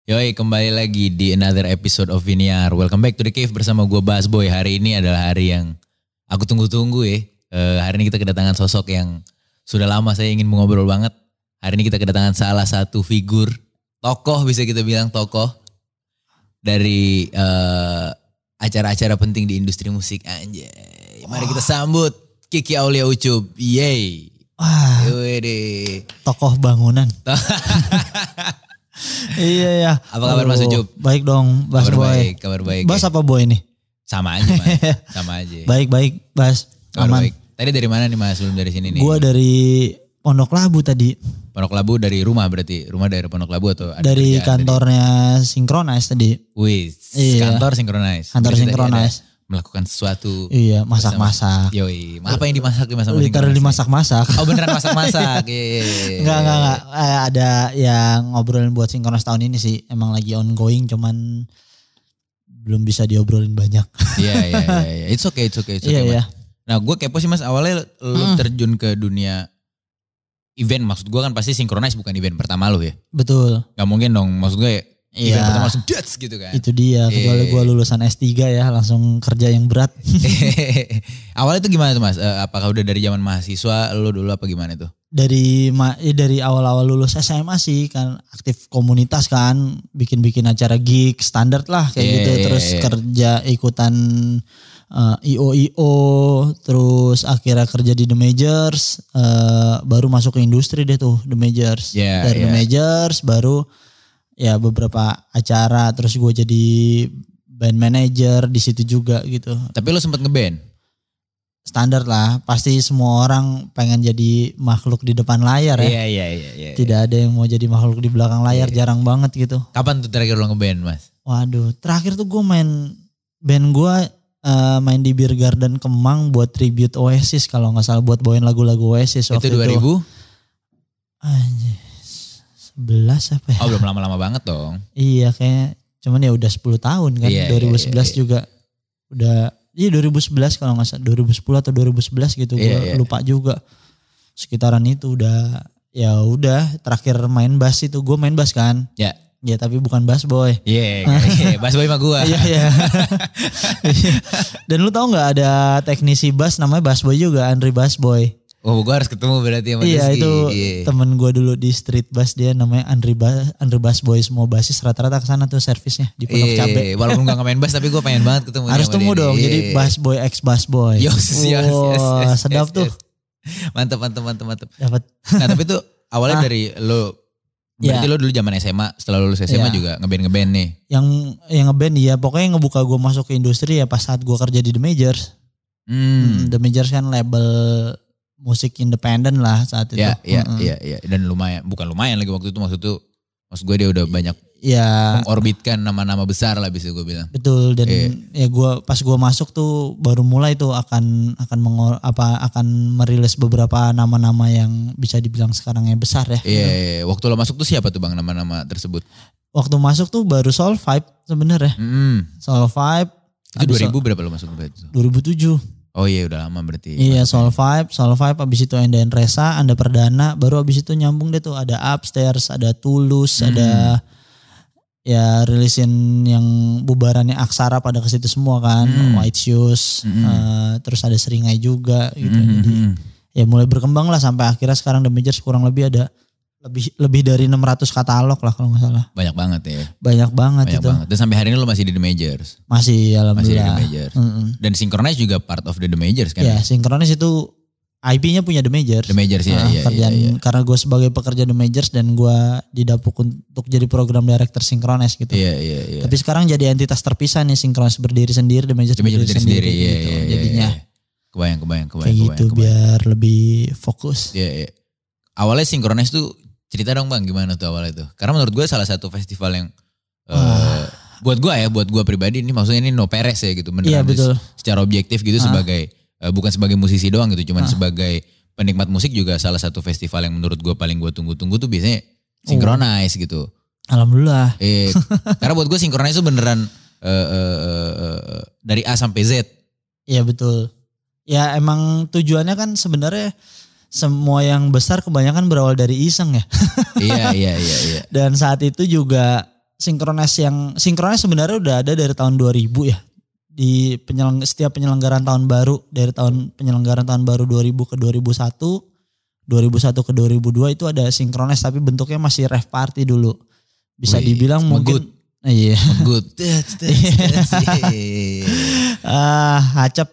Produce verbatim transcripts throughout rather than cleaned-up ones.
Yoi, kembali lagi di another episode of Viniar. Welcome back to the cave bersama gue Basboy. Hari ini adalah hari yang aku tunggu-tunggu ya. Uh, hari ini kita kedatangan sosok yang sudah lama saya ingin mengobrol banget. Hari ini kita kedatangan salah satu figur, tokoh bisa kita bilang tokoh dari uh, acara-acara penting di industri musik. Anjay. Mari kita sambut Kiki Aulia Ucup. Yeay. Wah, Yoi. tokoh bangunan. Iya ya. Apa kabar Mas Ucup? Baik dong, Bas kabar Boy. Baik, kabar baik. Bas ya? apa Boy nih? Sama aja Mas, sama aja. Baik baik, Bas. Kabar Aman. baik. Tadi dari mana nih Mas sebelum dari sini nih? Gua dari Pondok Labu tadi. Pondok Labu dari rumah berarti? Rumah dari Pondok Labu atau ada Dari kerjaan kantornya Synchronize tadi. Wih, Iya. kantor Synchronize. Kantor Berarti tadi Synchronize. ada Melakukan sesuatu. Iya, masak-masak. Yoi, apa yang dimasak di masa Literally masak-masak. Oh beneran masak-masak. Iya, iya, iya. Enggak, enggak, enggak. Eh, ada yang ngobrolin buat Synchronize tahun ini sih. Emang lagi ongoing, cuman belum bisa diobrolin banyak. Iya, iya, iya, iya. It's okay, it's okay, it's okay. Iya, Mas. iya. Nah gue kepo sih Mas, awalnya lu Hmm. terjun ke dunia event. Maksud gue kan pasti Synchronize bukan event pertama lu ya. Betul. Gak mungkin dong, maksud gue event Iya. pertama langsung dats gitu kan. Itu dia, kecuali Iya. gue lulusan S tiga ya, langsung kerja yang berat. Awalnya itu gimana tuh Mas? Eh, apakah udah dari zaman mahasiswa lu dulu apa gimana tuh? Dari ma- eh, dari awal-awal lulus S M A sih kan aktif komunitas kan, bikin-bikin acara gig standar lah kayak Iya, gitu, iya, terus iya. kerja ikutan eh, I O I O, terus akhirnya kerja di The Majors, eh, baru masuk ke industri deh tuh The Majors. Iya, Dari The iya. Majors baru ya beberapa acara, terus gue jadi band manager di situ juga gitu. Tapi lu sempet ngeband? Standar lah, pasti semua orang pengen jadi makhluk di depan layar ya. Iya, iya, iya, iya. Tidak ada yang mau jadi makhluk di belakang layar, Iya. jarang banget gitu. Kapan tuh terakhir lu ngeband Mas? Waduh, terakhir tuh gue main, band gue uh, main di Beer Garden Kemang buat tribute Oasis kalau gak salah, buat bawain lagu-lagu Oasis Itu waktu dua ribu? itu. Anjir, sebelas apa ya? Oh belum lama-lama banget dong. Iya kayak, cuman ya udah sepuluh tahun kan, Iya, dua ribu iya, sebelas iya. juga. Udah, iya dua ribu sebelas kalau gak salah, dua ribu sepuluh atau dua ribu sebelas gitu, gue Iya, iya. lupa juga. Sekitaran itu udah, ya udah terakhir main bass itu, gue main bass kan. Ya. Ya tapi bukan bass boy. Iya, iya. Bass boy mah gua. Iya iya. Dan lu tahu nggak ada teknisi bass namanya Bass Boy juga, Andri Bass Boy. Oh gua harus ketemu berarti sama Iya Rizky. itu Iya. temen gue dulu di street bass, dia namanya Andri Bass, Andri Bass Boy. Semua basis rata-rata kesana tuh servisnya di Pondok Iya, Cabe. walaupun gak nge-main bass tapi gue pengen banget ketemu Harus temu dong, jadi Bass Boy X Bass Boy. Yes, yes, yes, Wah, yes, sedap yes, tuh. yes. Mantap, mantap, mantap, mantap. Dapat. Nah tapi tuh awalnya Ah. dari lo, berarti Iya. lo dulu zaman S M A, setelah lulus S M A Iya. juga ngeband-ngeband nih. Yang yang ngeband ya, pokoknya yang ngebuka gue masuk ke industri ya pas saat gue kerja di The Majors. Hmm. Hmm, The Majors kan label musik independen lah saat itu. Ya, ya, Mm-mm. ya, ya. Dan lumayan, bukan lumayan lagi waktu itu, maksud tuh, maksud gue dia udah banyak Ya mengorbitkan nama-nama besar lah bisa gue bilang. betul, dan Iya. ya gua pas gua masuk tuh baru mulai tuh akan akan mengor, apa akan merilis beberapa nama-nama yang bisa dibilang sekarang yang besar ya. Iya, iya. Waktu lo masuk tuh siapa tuh bang nama-nama tersebut? Waktu masuk tuh baru Soul Vibe sebenarnya. Hmm. Soul Vibe Itu abis dua ribu berapa lo masuk berarti? dua ribu tujuh. Oh iya udah lama berarti. Iya Soul Vibe, Soul Vibe abis itu Enda and Resa, Anda Perdana, baru abis itu nyambung deh tuh ada Upstairs, ada Tulus, Hmm. ada ya rilisin yang bubarannya Aksara pada ke situ semua kan, Hmm. White Shoes, Hmm. eh, terus ada Seringai juga gitu. Hmm, Jadi hmm, hmm. ya mulai berkembang lah sampai akhirnya sekarang The Majors kurang lebih ada lebih lebih dari enam ratus katalog lah kalau nggak salah. Banyak banget ya. Banyak banget Banyak itu. banget. Dan sampai hari ini lo masih di The Majors. Masih Masih di The alhamdulillah. Majors. Mm-mm. Dan Synchronize juga part of the The Majors kan? Ya, Synchronize itu I P-nya punya The Majors. The Majors ya. Nah, iya, kerjaan iya, iya. karena gue sebagai pekerja The Majors dan gue didapuk untuk jadi program director Synchronize gitu. Iya, iya, iya. Tapi sekarang jadi entitas terpisah nih, Synchronize berdiri sendiri, The Majors The Majors berdiri berdiri sendiri, sendiri. Iya, gitu. iya, iya, Jadinya iya. Kebayang, kebayang, kebayang. kayak kebayang, gitu kebayang. biar lebih fokus. Iya, iya. Awalnya Synchronize tuh cerita dong bang gimana tuh awalnya tuh? Karena menurut gue salah satu festival yang eh, buat gue ya, buat gue pribadi ini maksudnya ini no peres ya gitu. Iya Beneran betul. secara objektif gitu Ah. sebagai eh, bukan sebagai musisi doang gitu, cuman Ah. sebagai penikmat musik juga salah satu festival yang menurut gue paling gue tunggu-tunggu tuh biasanya Synchronize gitu. Alhamdulillah. Eh, karena buat gue Synchronize itu beneran eh, eh, eh, eh, dari A sampai Z. Iya betul. Ya emang tujuannya kan sebenarnya semua yang besar kebanyakan berawal dari iseng ya. Iya, iya, iya, iya. Dan saat itu juga Synchronize yang Synchronize sebenarnya udah ada dari tahun dua ribu ya. Di penyeleng, setiap penyelenggaraan tahun baru dari tahun penyelenggaraan tahun baru dua ribu ke dua ribu satu, dua ribu satu ke dua ribu dua itu ada Synchronize tapi bentuknya masih rave party dulu. Bisa Wih, dibilang mungkin iya. Good. Ah, hacep.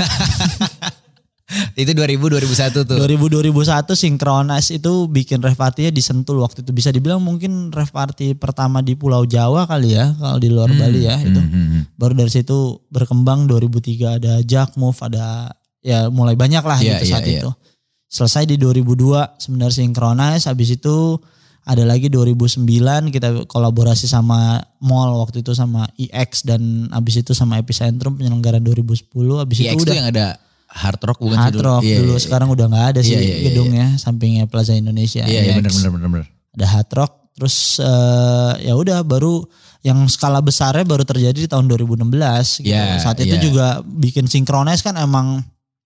Itu dua ribu dua ribu satu tuh. dua ribu dua ribu satu Synchronize itu bikin rave party-nya di Sentul waktu itu. Bisa dibilang mungkin rave party pertama di Pulau Jawa kali ya, kalau di luar hmm, Bali ya hmm, itu. Hmm. Baru dari situ berkembang dua ribu tiga ada Jack Move, ada ya mulai banyak lah yeah, gitu yeah, saat yeah. itu. Selesai di dua ribu dua sebenarnya Synchronize, habis itu ada lagi dua ribu sembilan kita kolaborasi sama mall waktu itu sama I X dan habis itu sama Epicentrum penyelenggaraan dua ribu sepuluh. Habis I X itu udah yang ada Hard Rock bukan Hard Rock yeah, dulu yeah, sekarang yeah. udah nggak ada sih yeah, yeah, gedungnya yeah. sampingnya Plaza Indonesia. Iya yeah, benar benar benar benar. Ada Hard Rock terus uh, ya udah baru yang skala besarnya baru terjadi di tahun dua ribu enam belas gitu. Yeah, saat itu yeah. juga bikin Synchronize kan emang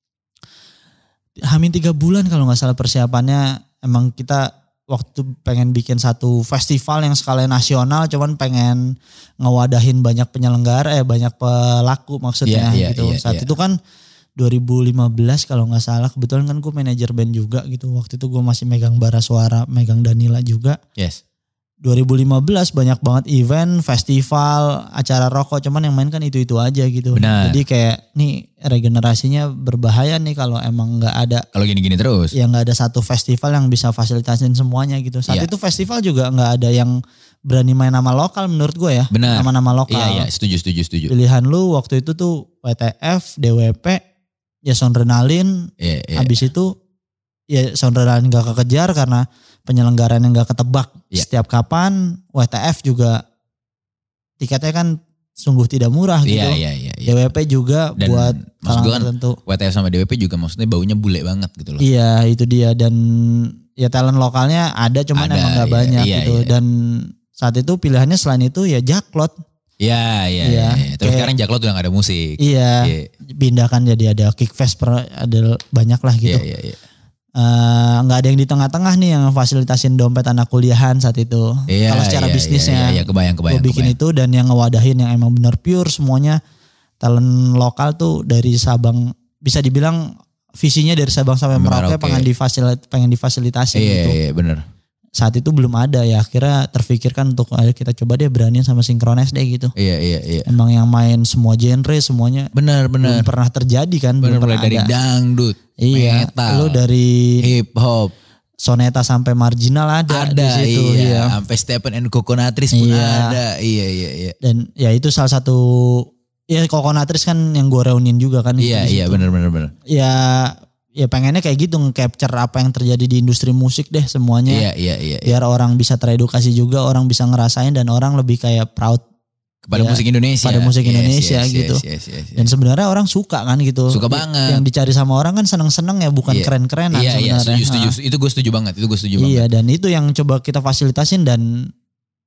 hamin tiga bulan kalau nggak salah persiapannya. Emang kita waktu pengen bikin satu festival yang skala nasional cuman pengen ngewadahin banyak penyelenggara eh banyak pelaku maksudnya yeah, yeah, gitu. Yeah, saat yeah. itu kan dua ribu lima belas kalau nggak salah kebetulan kan gue manajer band juga gitu. Waktu itu gue masih megang Bara Suara, megang Danila juga. Yes. dua ribu lima belas banyak banget event, festival, acara rokok cuman yang main kan itu-itu aja gitu. Benar. Jadi kayak nih regenerasinya berbahaya nih kalau emang nggak ada. Kalau gini-gini terus. Ya nggak ada satu festival yang bisa fasilitasin semuanya gitu. Saat yeah. itu festival juga nggak ada yang berani main nama lokal menurut gue ya. Benar. Nama-nama lokal. Iya iya setuju setuju setuju. Pilihan lu waktu itu tuh W T F, D W P, ya Soundrenalin, yeah, yeah. Habis itu ya Soundrenalin gak kekejar karena penyelenggaraan yang gak ketebak yeah. setiap kapan. W T F juga tiketnya kan sungguh tidak murah gitu. Yeah, yeah, yeah, yeah. D W P juga dan buat kalangan tertentu. W T F sama D W P juga maksudnya baunya bule banget gitu loh. Iya itu dia dan ya talent lokalnya ada cuman ada, emang gak iya, banyak iya, gitu. Iya. Dan saat itu pilihannya selain itu ya Jaklot. Iya, iya, iya. Ya. Terus sekarang Jaklot udah gak ada musik. Iya, yeah. Pindahkan jadi ada Kickfest, per, ada banyak lah gitu. Iya, iya, iya. Uh, gak ada yang di tengah-tengah nih yang fasilitasin dompet anak kuliahan saat itu. Iya, kalau secara iya, bisnisnya, iya, iya, kebayang, kebayang, gue bikin kebayang. itu dan yang ngewadahin yang emang bener pure semuanya talent lokal tuh dari Sabang, bisa dibilang visinya dari Sabang sampai Merauke, Merauke. pengen difasilitasi, pengen difasilitasi iya, gitu. Iya, iya, bener. Saat itu belum ada ya, akhirnya terfikirkan untuk ayo kita coba deh beraniin sama Synchronize deh gitu. Iya iya iya. Emang yang main semua genre semuanya. Benar benar. Belum pernah terjadi kan. Benar, belum mulai pernah dari ada. Dangdut, iya, metal, lu dari hip hop, soneta sampai marginal ada, ada di situ. Iya. Iya. Sampai Stephen and Coconutris pun iya. ada. Iya iya iya. Dan ya itu salah satu ya Coconutris kan yang gue reuniin juga kan. Iya iya benar benar benar. Ya ya pengennya kayak gitu nge-capture apa yang terjadi di industri musik deh semuanya. Iya, iya, iya. Biar iya. orang bisa teredukasi juga, orang bisa ngerasain dan orang lebih kayak proud kepada ya, musik Indonesia. Pada musik yes, Indonesia yes, gitu. Yes, yes, yes, yes. Dan sebenarnya orang suka kan gitu. Suka banget. Yang dicari sama orang kan seneng-seneng ya, bukan iya. keren-kerenan iya, sebenarnya. Iya, setuju, setuju. Nah. Itu gue setuju banget, itu gue setuju banget. Iya, dan itu yang coba kita fasilitasin dan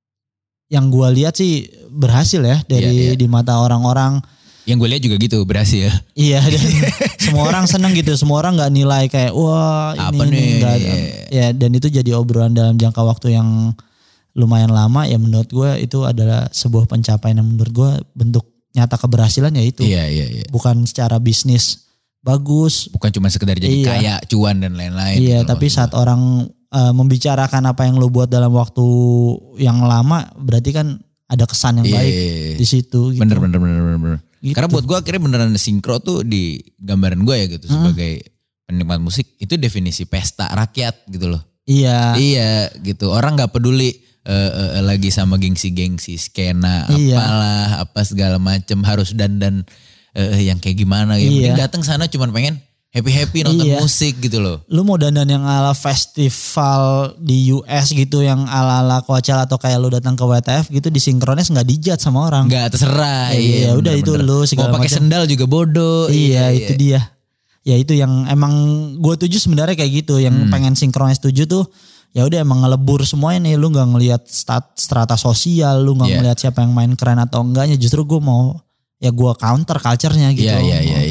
yang gue lihat sih berhasil ya dari iya, iya. di mata orang-orang. Yang gue lihat juga gitu berhasil. Iya dan semua orang seneng gitu. Semua orang gak nilai kayak wah ini, apa ini nih. Enggak. Ya dan itu jadi obrolan dalam jangka waktu yang lumayan lama. Ya menurut gue itu adalah sebuah pencapaian yang menurut gue bentuk nyata keberhasilan ya itu. Iya, iya, iya. Bukan secara bisnis bagus. Bukan cuma sekedar jadi iya. kaya, cuan dan lain-lain. Iya gitu tapi loh. Saat orang uh, membicarakan apa yang lo buat dalam waktu yang lama. Berarti kan ada kesan yang iya, baik iya, iya. di situ. Gitu. Bener, bener, bener, bener, bener. Gitu. Karena buat gue akhirnya beneran sinkro tuh di gambaran gue ya gitu hmm. sebagai penikmat musik itu definisi pesta rakyat gitu loh. Iya. Iya gitu orang nggak peduli uh, uh, lagi sama gengsi-gengsi skena iya. apalah apa segala macem harus dandan uh, yang kayak gimana gitu. Iya. Mending datang sana cuman pengen happy-happy nonton iya. musik gitu loh. Lu mau dandan yang ala festival di U S gitu yang ala-ala Coachella atau kayak lu datang ke W T F gitu di Synchronize gak dijudge sama orang. Gak terserah. Iya, iya udah itu lu segala mau pakai sendal juga bodoh. Iya, iya itu iya. dia. Ya itu yang emang gue tuju sebenarnya kayak gitu. Yang hmm. pengen Synchronize tuju tuh ya udah emang ngelebur semuanya nih. Lu gak ngelihat strata sosial, lu gak yeah. ngelihat siapa yang main keren atau enggaknya. Justru gue mau ya gue counter culture-nya gitu. Iya, iya, iya. iya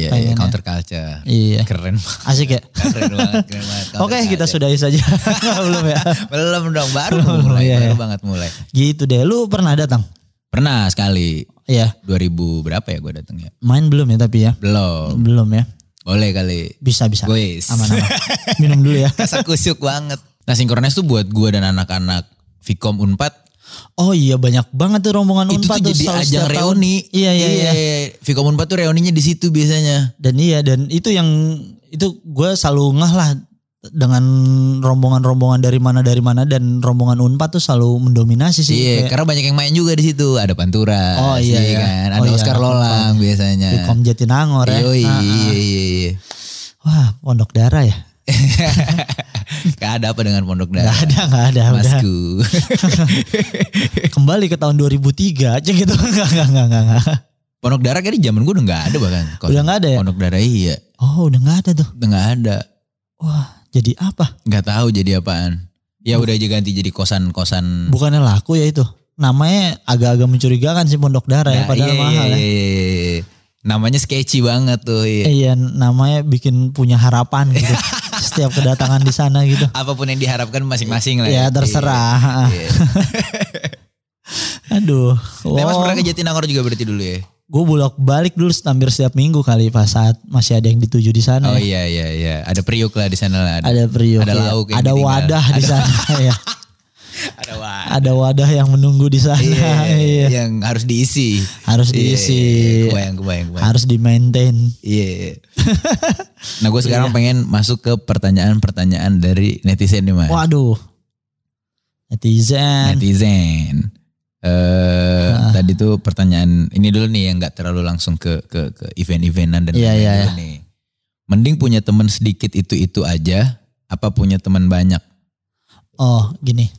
Iya, iya, counter culture. Iya. Keren. Asik ya? Keren banget, keren banget. Oke, kita sudahi saja. Belum ya? Belum dong, baru mulai, iya, baru iya. banget mulai. Gitu deh, lu pernah datang? Pernah sekali. Iya. dua ribu berapa ya gue datang ya? Main belum ya tapi ya? Belum. Belum ya? Boleh kali. Bisa, bisa. Wis. Aman-aman. Minum dulu ya. Kasak kusuk banget. Nah Synchronize tuh buat gue dan anak-anak Vkom Unpad. Oh iya banyak banget tuh rombongan Itu Unpad tuh jadi selalu ajang setiap tahun. reuni. Iya, iya, iya. Vkom Unpad tuh reuninya di situ biasanya. Dan iya, dan itu yang, itu gue selalu ngeh lah dengan rombongan-rombongan dari mana dari mana dan rombongan Unpad tuh selalu mendominasi sih. Iya, kayak, karena banyak yang main juga di situ. Ada Pantura, oh iya, iya. kan. Ada Oh, iya, Oscar Lolang biasanya. Vkom Jatinangor ya. Yoi, Ah, ah. iya, iya, iya. Wah, Pondok Darah ya? Gak ada apa dengan Pondok Darah? Gak ada, gak ada. Masku. Kembali ke tahun dua ribu tiga aja gitu. Enggak, enggak, enggak, enggak. Pondok Darah kayaknya di zaman gue udah gak ada bahkan. Udah gak ada ya? Pondok Darah iya. Oh udah gak ada tuh. Udah gak ada. Wah jadi apa? Gak tahu jadi apaan. Ya udah aja ganti jadi kosan-kosan. Bukannya laku ya itu? Namanya agak-agak mencurigakan sih Pondok Darah ya. Nah, Padahal iya, mahal iya, ya. iya, iya. Namanya sketchy banget tuh. Iya. Iya namanya bikin punya harapan gitu. Setiap kedatangan di sana gitu. Apapun yang diharapkan masing-masing lah. Ya terserah. Iya. Aduh. Nah, Mas Oh, pernah ke Jatinangor juga berarti dulu ya? gue bolak balik dulu hampir setiap minggu kali pas saat masih ada yang dituju di sana. Oh ya. iya iya iya. Ada periuk lah di sana lah. Ada, Ada periuk. ada ya. lauk yang Ada ditinggal. wadah di Ada- sana ya. ada wadah. Ada wadah yang menunggu di sana. Iya, Iya. yang harus diisi. Harus Iya, diisi. kebayang, kebayang, kebayang. Harus di maintain. Iya. Nah gue sekarang Iya. pengen masuk ke pertanyaan-pertanyaan dari netizen nih Mas. Waduh. Netizen. Netizen. Eh Ah. Tadi tuh pertanyaan ini dulu nih yang nggak terlalu langsung ke ke ke event-eventan dan Iya, lain-lain iya, dulu nih. Mending punya teman sedikit itu-itu aja, apa punya teman banyak? Oh gini.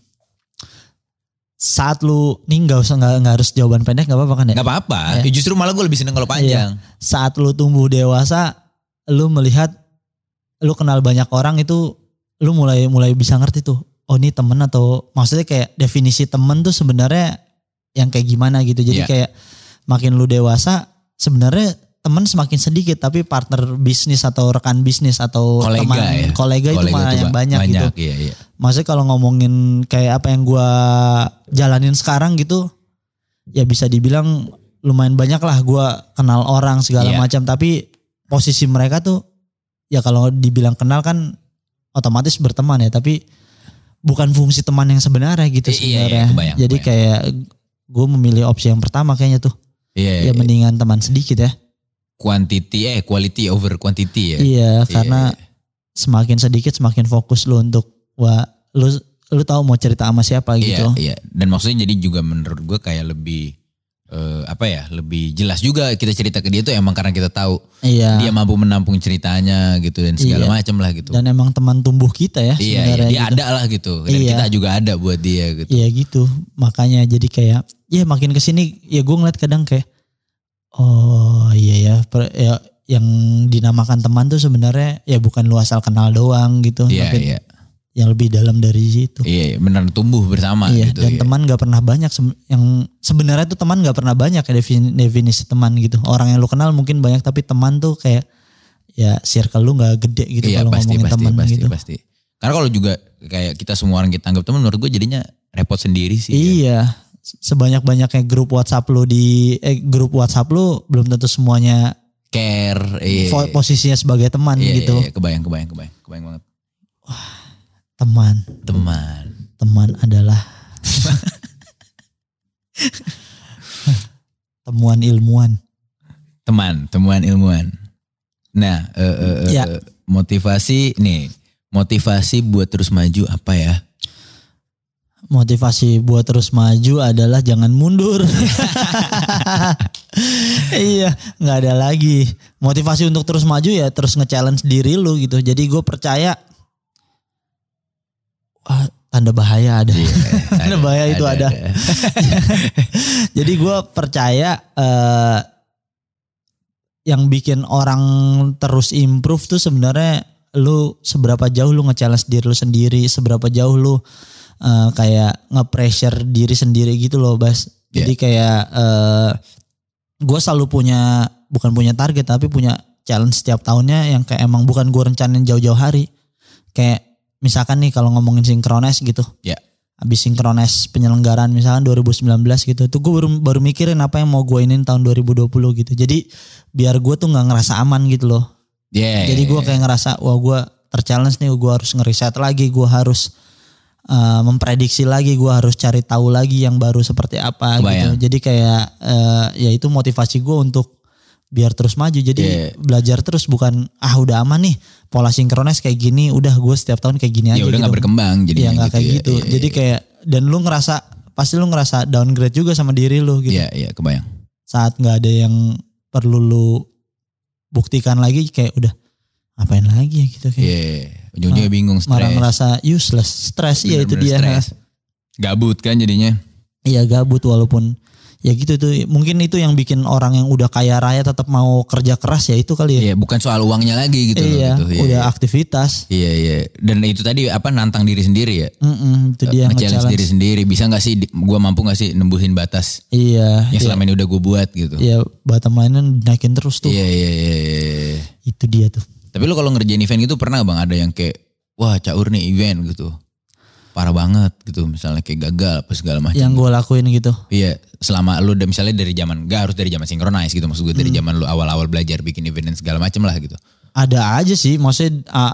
Saat lu, nih gak usah gak, gak harus jawaban pendek gak apa-apa kan ya? Gak apa-apa. Iya. Ya, justru malah gue lebih seneng kalau panjang. Saat lu tumbuh dewasa, lu melihat, lu kenal banyak orang itu, lu mulai mulai bisa ngerti tuh. Oh ini temen atau maksudnya kayak definisi temen tuh sebenarnya yang kayak gimana gitu. Jadi Iya. kayak makin lu dewasa sebenarnya temen semakin sedikit tapi partner bisnis atau rekan bisnis atau Kolega teman ya. kolega, itu malah tuh yang ba- banyak, gitu. Iya, iya. Maksudnya kalau ngomongin kayak apa yang gua jalanin sekarang gitu, ya bisa dibilang lumayan banyak lah gua kenal orang segala Iya. macam. Tapi posisi mereka tuh ya kalau dibilang kenal kan otomatis berteman ya. Tapi bukan fungsi teman yang sebenarnya gitu I- iya, iya, sebenarnya. kebayang, Jadi kebayang. kayak gue memilih opsi yang pertama kayaknya tuh. Iya, Ya iya. mendingan teman sedikit ya. Quantity eh quality over quantity ya. Iya karena semakin sedikit semakin fokus lu untuk wah lu lu tahu mau cerita sama siapa gitu. Iya, iya. Dan maksudnya jadi juga menurut gue kayak lebih eh, apa ya, lebih jelas juga kita cerita ke dia tuh emang karena kita tahu Iya. dia mampu menampung ceritanya gitu dan segala Iya. macam lah gitu. Dan emang teman tumbuh kita ya iya, iya, sebenarnya. dia gitu. ada lah gitu. Dan Iya. kita juga ada buat dia gitu. Iya gitu. Makanya jadi kayak ya makin kesini ya gue ngeliat kadang kayak oh iya ya, per- ya yang dinamakan teman tuh sebenarnya ya bukan lu asal kenal doang gitu. Iya, tapi iya. yang lebih dalam dari situ. Iya, benar tumbuh bersama Iya, gitu. dan iya. teman gak pernah banyak sem- yang sebenarnya tuh teman gak pernah banyak ya defini- definisi teman gitu. Orang yang lu kenal mungkin banyak tapi teman tuh kayak ya circle lu gak gede gitu Iya, kalau pasti, ngomongin pasti, teman pasti, gitu. pasti. Karena kalau juga kayak kita semua orang kita anggap teman, menurut gue jadinya repot sendiri sih. ya. Iya, sebanyak-banyaknya grup WhatsApp lu di eh, grup WhatsApp lu belum tentu semuanya Care, iya. po- posisinya sebagai teman Iya, gitu. iya, iya, kebayang, kebayang, kebayang, kebayang banget. Teman, Teman. teman adalah temuan ilmuwan. Teman, temuan ilmuwan. Nah, eh, eh, eh, Ya. eh, motivasi nih, motivasi buat terus maju apa ya? Motivasi buat terus maju adalah jangan mundur. Iya, nggak ada lagi. Motivasi untuk terus maju ya terus nge-challenge diri lu gitu. Jadi gue percaya, wah, tanda bahaya ada. Iya, Tanda bahaya itu ada. Jadi gue percaya eh, yang bikin orang terus improve tuh sebenarnya lu seberapa jauh lu nge-challenge diri lu sendiri, seberapa jauh lu eh, kayak nge-pressure diri sendiri gitu loh, Bas. Jadi kayak eh, gue selalu punya, bukan punya target tapi punya challenge setiap tahunnya yang kayak emang bukan gue rencanain jauh-jauh hari. Kayak misalkan nih kalau ngomongin Synchronize gitu. Ya. Habis Synchronize penyelenggaraan misalkan dua ribu sembilan belas gitu. Tuh gue baru, baru mikirin apa yang mau gue inin tahun dua ribu dua puluh gitu. Jadi biar gue tuh gak ngerasa aman gitu loh. Yeah, Jadi gue kayak ngerasa wah gue terchallenge nih. Gue harus ngeriset lagi. Gue harus uh, memprediksi lagi. Gue harus cari tahu lagi yang baru seperti apa. Kebayang. Gitu. Jadi kayak uh, ya itu motivasi gue untuk biar terus maju. Jadi yeah. belajar terus bukan ah udah aman nih. Pola Synchronize kayak gini udah gue setiap tahun kayak gini ya aja. Ya udah gitu. gak berkembang jadi ya gak gitu kayak ya. gitu. Ya, ya, jadi ya. kayak dan lu ngerasa pasti lu ngerasa downgrade juga sama diri lu gitu. Iya iya kebayang. Saat gak ada yang perlu lu buktikan lagi kayak udah ngapain lagi ya gitu kayak. Iya yeah. ujung-ujungnya bingung stres. Malah ngerasa useless. Stres iya itu dia. Stress. Gabut kan jadinya. Iya gabut walaupun ya gitu tuh mungkin itu yang bikin orang yang udah kaya raya tetap mau kerja keras ya itu kali ya. Iya bukan soal uangnya lagi gitu. Iya loh, gitu. udah iya, aktivitas. Iya iya dan itu tadi apa nantang diri sendiri ya. Mm-mm, itu dia nge-challenge diri sendiri bisa gak sih gue mampu gak sih nembusin batas. Iya. Yang iya. selama ini udah gue buat gitu. Iya bottom line-nya naikin terus tuh. Iya iya iya. iya. Itu dia tuh. Tapi lu kalau ngerjain event gitu pernah bang ada yang kayak wah caur nih event gitu. Parah banget gitu misalnya kayak gagal apa segala macam. Yang gue lakuin gitu. Iya selama lu udah misalnya dari zaman gak harus dari zaman Synchronize gitu maksud gue dari zaman lu awal-awal belajar bikin event dan segala macam lah gitu. Ada aja sih maksudnya uh,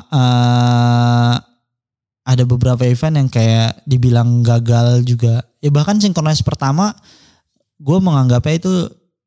uh, ada beberapa event yang kayak dibilang gagal juga. Ya bahkan Synchronize pertama gue menganggapnya itu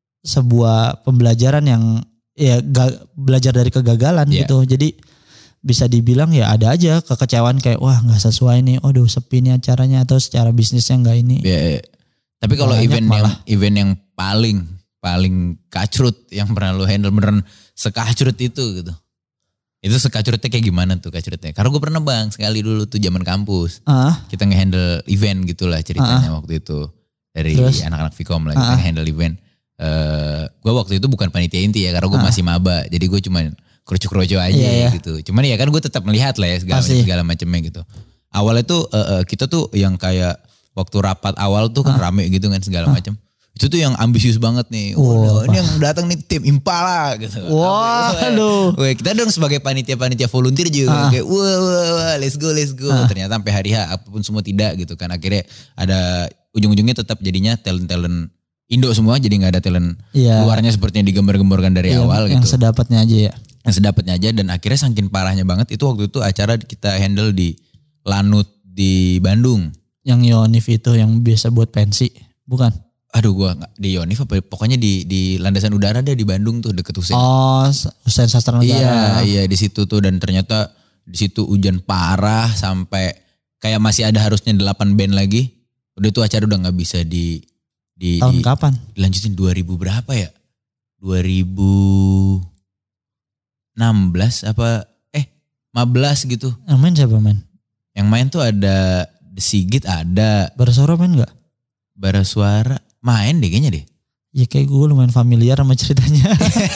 sebuah pembelajaran yang ya ga, belajar dari kegagalan yeah. gitu. Jadi bisa dibilang ya ada aja kekecewaan kayak wah gak sesuai nih, oh aduh sepi nih acaranya atau secara bisnisnya gak ini. Ya, tapi kalau event malah. yang event yang paling paling kacrut yang pernah lu handle beneran sekacrut itu gitu. Itu sekacrutnya kayak gimana tuh kacrutnya? Karena gue pernah bang sekali dulu tuh zaman kampus. Uh. Kita nge-handle event gitulah ceritanya uh. waktu itu. Dari Terus? anak-anak Vkom lah kita uh. nge-handle event. Uh, gue waktu itu bukan panitia inti ya karena gue uh. masih maba. Jadi gue cuman kerucu-kerucu aja yeah, gitu. Yeah. Cuman ya kan gue tetap melihat lah ya segala macam segala macamnya gitu. Awalnya tuh uh, uh, kita tuh yang kayak waktu rapat awal tuh kan huh? rame gitu kan segala huh? macam. Itu tuh yang ambisius banget nih. Wow, oh, ini yang datang nih tim Impala gitu. Wah, wow, Wah, kita dong sebagai panitia-panitia volunteer juga huh? kayak wah, wah, wah, let's go, let's go. Huh? Ternyata sampai hari H apapun semua tidak gitu kan. Akhirnya ada ujung-ujungnya tetap jadinya talent-talent Indo semua jadi nggak ada talent yeah. luarnya seperti yang digembar-gemborkan dari yeah, awal yang gitu. Yang sedapatnya aja ya. Yang sedapatnya aja dan akhirnya saking parahnya banget itu waktu itu acara kita handle di Lanut di Bandung. Yang Yonif itu yang biasa buat pensi, bukan? Aduh gua gak, di Yonif apa pokoknya di di landasan udara deh di Bandung tuh deket Husein. Oh, Husein Sastra Negara. Iya, iya di situ tuh dan ternyata di situ hujan parah sampai kayak masih ada harusnya delapan band lagi. Udah tuh acara udah nggak bisa di di tahun di, kapan? Dilanjutin dua ribu berapa ya? dua ribu enam belas apa eh lima belas gitu. Yang main siapa main? Yang main tuh ada The Sigit ada. Barasuara main gak? Barasuara main deh kayaknya deh. Ya kayak gue lumayan familiar sama ceritanya.